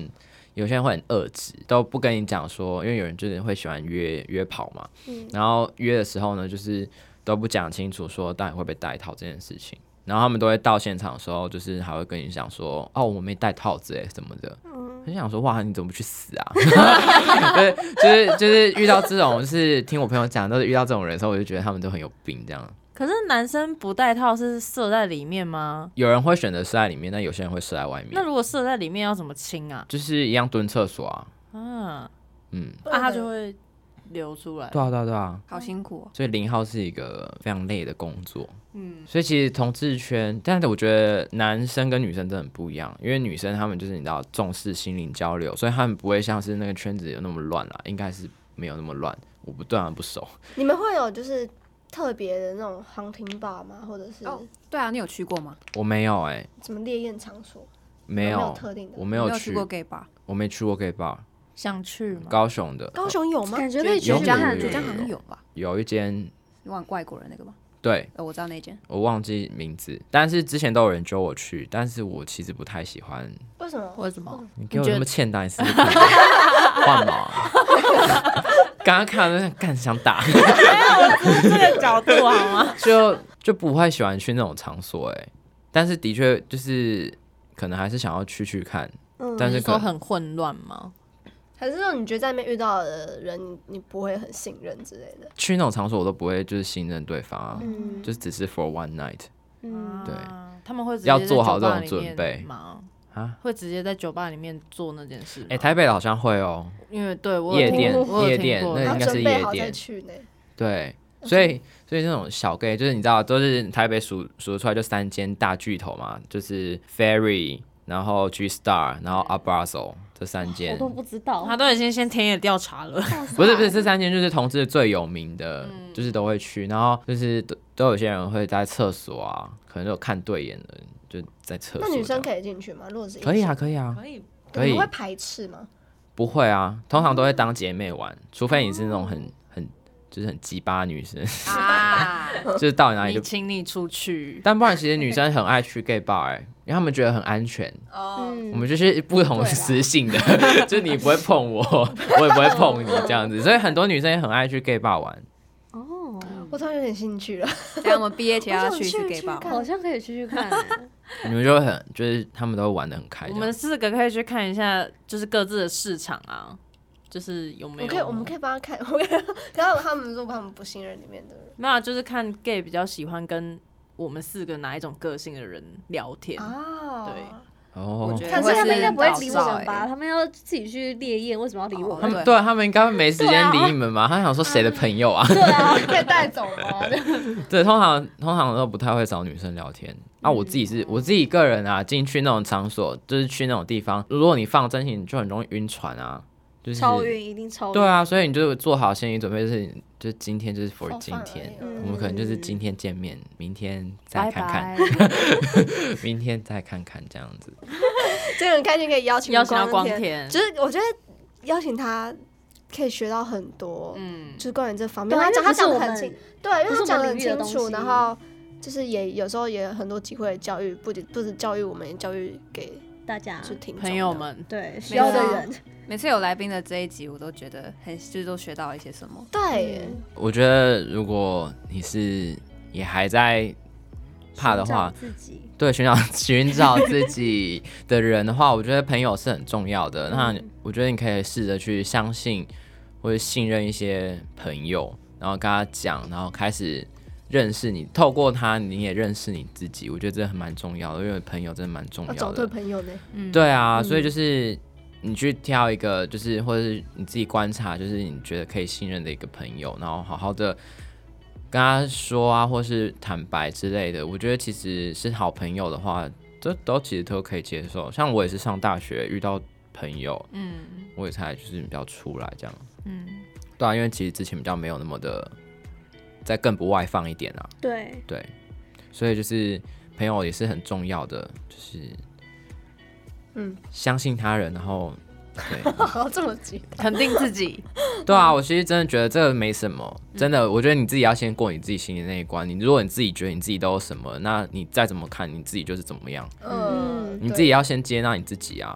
Speaker 4: 有些人会很遏制，都不跟你讲说，因为有人就是会喜欢约约跑嘛，嗯、然后约的时候呢，就是都不讲清楚说到底会不会戴套这件事情，然后他们都会到现场的时候，就是还会跟你讲说，哦，我没戴套子哎什么的，嗯、很想说哇，你怎么不去死啊？就是就是就是遇到这种，就是听我朋友讲，都是遇到这种人的时候，我就觉得他们都很有病这样。
Speaker 2: 可是男生不戴套是射在里面吗？
Speaker 4: 有人会选择射在里面，但有些人会射在外面。
Speaker 2: 那如果射在里面要怎么清啊？
Speaker 4: 就是一样蹲厕所啊。
Speaker 2: 啊，嗯，啊，他就会流出来。
Speaker 4: 对啊，对啊，对啊，
Speaker 1: 好辛苦哦。
Speaker 4: 所以零号是一个非常累的工作。嗯，所以其实同志圈，但是我觉得男生跟女生真的很不一样，因为女生他们就是你知道重视心灵交流，所以他们不会像是那个圈子有那么乱啦，应该是没有那么乱。我不当然不熟。
Speaker 3: 你们会有就是特别的那种hunting bar吗？或者是？
Speaker 1: 哦，对啊，你有去过吗？
Speaker 4: 我没有哎、欸。
Speaker 3: 什么烈焰场所？
Speaker 4: 没有，
Speaker 3: 没有特定的。
Speaker 4: 我没有去,
Speaker 1: 有去过 gay bar，
Speaker 4: 我没去过 gay bar。
Speaker 2: 想去吗？
Speaker 4: 高雄的。
Speaker 3: 高雄有吗？
Speaker 5: 感觉可以去
Speaker 1: 去
Speaker 5: 看。
Speaker 1: 九江好像有吧？
Speaker 4: 有一间。
Speaker 1: 外外国人那个吗？
Speaker 4: 对、
Speaker 1: 哦，我知道那间，
Speaker 4: 我忘记名字，但是之前都有人揪我去，但是我其实不太喜欢。
Speaker 3: 为什么？
Speaker 2: 为什么？
Speaker 4: 你给我那么欠打，你试试看。换毛、啊。刚刚看到那干想打。
Speaker 2: 没有，我只是这个角度好吗？
Speaker 4: 就就不会喜欢去那种场所哎、欸，但是的确就是可能还是想要去去看，嗯、但是
Speaker 2: 说很混乱吗？
Speaker 3: 还是说你觉得在那边遇到的人你，你不会很信任之类的？
Speaker 4: 去那种场所我都不会就是信任对方、啊，嗯、就只是 for one night。
Speaker 2: 嗯，
Speaker 4: 对，
Speaker 2: 他们会直接
Speaker 4: 要做好这种准备
Speaker 2: 吗？啊，会直接在酒吧里面做那件事吗？
Speaker 4: 哎、欸，台北好像会哦、喔，
Speaker 2: 因为对我
Speaker 4: 夜店
Speaker 2: 我
Speaker 4: 夜店那应该是夜店，
Speaker 3: 去呢。
Speaker 4: 对，所以所以那种小 gay 就是你知道，都是台北数数出来就三间大巨头嘛，就是 Ferry， 然后 G Star， 然后 Abrazo。这三间
Speaker 5: 我都不知道，
Speaker 2: 他都已经先田野调查了。
Speaker 4: 不是不是，这三间就是同志最有名的，嗯、就是都会去，然后就是都都有些人会在厕所啊，可能有看对眼的，就在厕所。
Speaker 3: 那女生可以进去吗？如果是
Speaker 4: 可以啊，可以啊，
Speaker 2: 可以
Speaker 4: 可以。
Speaker 3: 你会排斥吗？
Speaker 4: 不会啊，通常都会当姐妹玩，除非你是那种很很就是很鸡巴女生啊，就是到哪里就
Speaker 2: 请你出去。
Speaker 4: 但不然，其实女生很爱去 gay bar 哎、欸。因为他们觉得很安全，哦，我们就是不同实性的，就是你不会碰我，我也不会碰你这样子，所以很多女生也很爱去 gay bar 玩。
Speaker 3: 哦，我突然有点兴趣了。
Speaker 1: 等我们毕业前要去一次 gay bar，
Speaker 5: 好像可以去去看。
Speaker 4: 你们就会很，就是他们都会玩得很开。
Speaker 2: 我们四个可以去看一下，就是各自的市场啊，就是有没有？
Speaker 3: 我可以，我们可以帮他看。我可以，然后他们说他们不信任里面的人，
Speaker 2: 没有，就是看 gay 比较喜欢跟我们四个哪一种个性的人聊天啊？对，
Speaker 4: 哦，
Speaker 5: 可是他们应该不会理我们吧？他们要自己去烈焰，为什么要理我们？
Speaker 4: 他们对他们应该没时间理你们吧？他想说谁的朋友啊？
Speaker 3: 对啊，可以带走吗？
Speaker 4: 对，通常通常都不太会找女生聊天啊。我自己是我自己个人啊，进去那种场所，就是去那种地方，如果你放真心，就很容易晕船啊。就是、
Speaker 5: 超晕，一定超晕。
Speaker 4: 对啊，所以你就做好心理准备，就是就是今天就是 for 今天，嗯、我们可能就是今天见面，明天再看看，拜拜明天再看看这样子。
Speaker 3: 这个很开心，可以邀请
Speaker 2: 邀请到光天，
Speaker 3: 就是我觉得邀请他可以学到很多，嗯，就是关于这方面。
Speaker 5: 他
Speaker 3: 讲他讲的很清，对，因为他讲的很清楚，然后就是也有时候也有很多机会教育，不仅不止教育我们，也教育给
Speaker 5: 大家
Speaker 3: 就听
Speaker 2: 朋友们，
Speaker 5: 对需要的人。
Speaker 1: 每次有来宾的这一集，我都觉得很就是都学到了一些什么。
Speaker 3: 对，
Speaker 4: 嗯、我觉得如果你是也还在怕的话，对，寻找寻找自己的人的话，我觉得朋友是很重要的。嗯、那我觉得你可以试着去相信或者信任一些朋友，然后跟他讲，然后开始认识你，透过他你也认识你自己。我觉得这很蛮重要的，因为朋友真的蛮重要的。
Speaker 3: 找对朋友呢？
Speaker 4: 嗯，对啊，嗯、所以就是你去挑一个，就是或者是你自己观察，就是你觉得可以信任的一个朋友，然后好好的跟他说啊，或是坦白之类的。我觉得其实是好朋友的话，这都其实都可以接受。像我也是上大学遇到朋友，嗯，我也才就是比较出来这样，嗯，对啊，因为其实之前比较没有那么的，再更不外放一点啊，
Speaker 5: 对
Speaker 4: 对，所以就是朋友也是很重要的，就是。嗯，相信他人，然后对，
Speaker 3: 哦，这么急，
Speaker 2: 肯定自己。
Speaker 4: 对啊，我其实真的觉得这个没什么，真的，我觉得你自己要先过你自己心里那一关。你如果你自己觉得你自己都有什么，那你再怎么看你自己就是怎么样。嗯，你自己要先接纳你自己啊。嗯，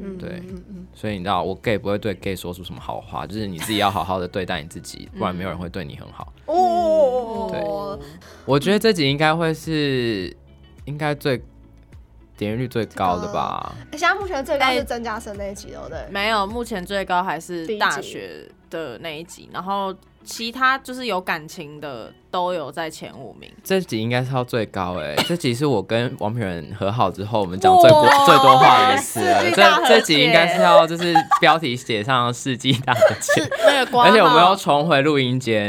Speaker 4: 嗯，对，所以你知道，我 gay 不会对 gay 说出什么好话，就是你自己要好好的对待你自己，不然没有人会对你很好。哦，对，我觉得这集应该会是应该最点阅率最高的吧？
Speaker 3: 现在目前最高是曾家生那一集，对不对？
Speaker 2: 没有，目前最高还是大学的那一集，然后其他就是有感情的都有在前五名。
Speaker 4: 这集应该是要最高哎、欸，这集是我跟王品仁和好之后，我们讲最最多话的一次了。这这集应该是要就是标题写上世纪大和解，而且我们要重回录音间。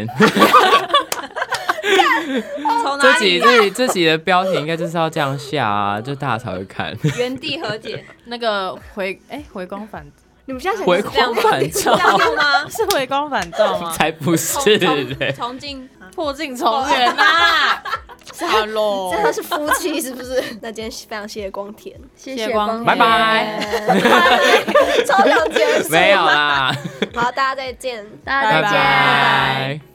Speaker 4: 这集这集这集的标题应该就是要这样下啊，就大家才会看。
Speaker 1: 原地和解，
Speaker 2: 那个回哎、欸、回光返，
Speaker 3: 你们现在想
Speaker 4: 回光返照
Speaker 1: 吗？
Speaker 2: 是回光返照吗？
Speaker 4: 才不是嘞！
Speaker 1: 重进
Speaker 2: 破镜重圆呐！
Speaker 3: 哈喽，这样是夫妻是不是？那今天非常谢谢光田，
Speaker 5: 谢谢光田，
Speaker 4: 拜拜。
Speaker 3: 超想结束，
Speaker 4: 没有啦。
Speaker 3: 好，大家再见，
Speaker 5: 大家再见。
Speaker 4: 拜拜。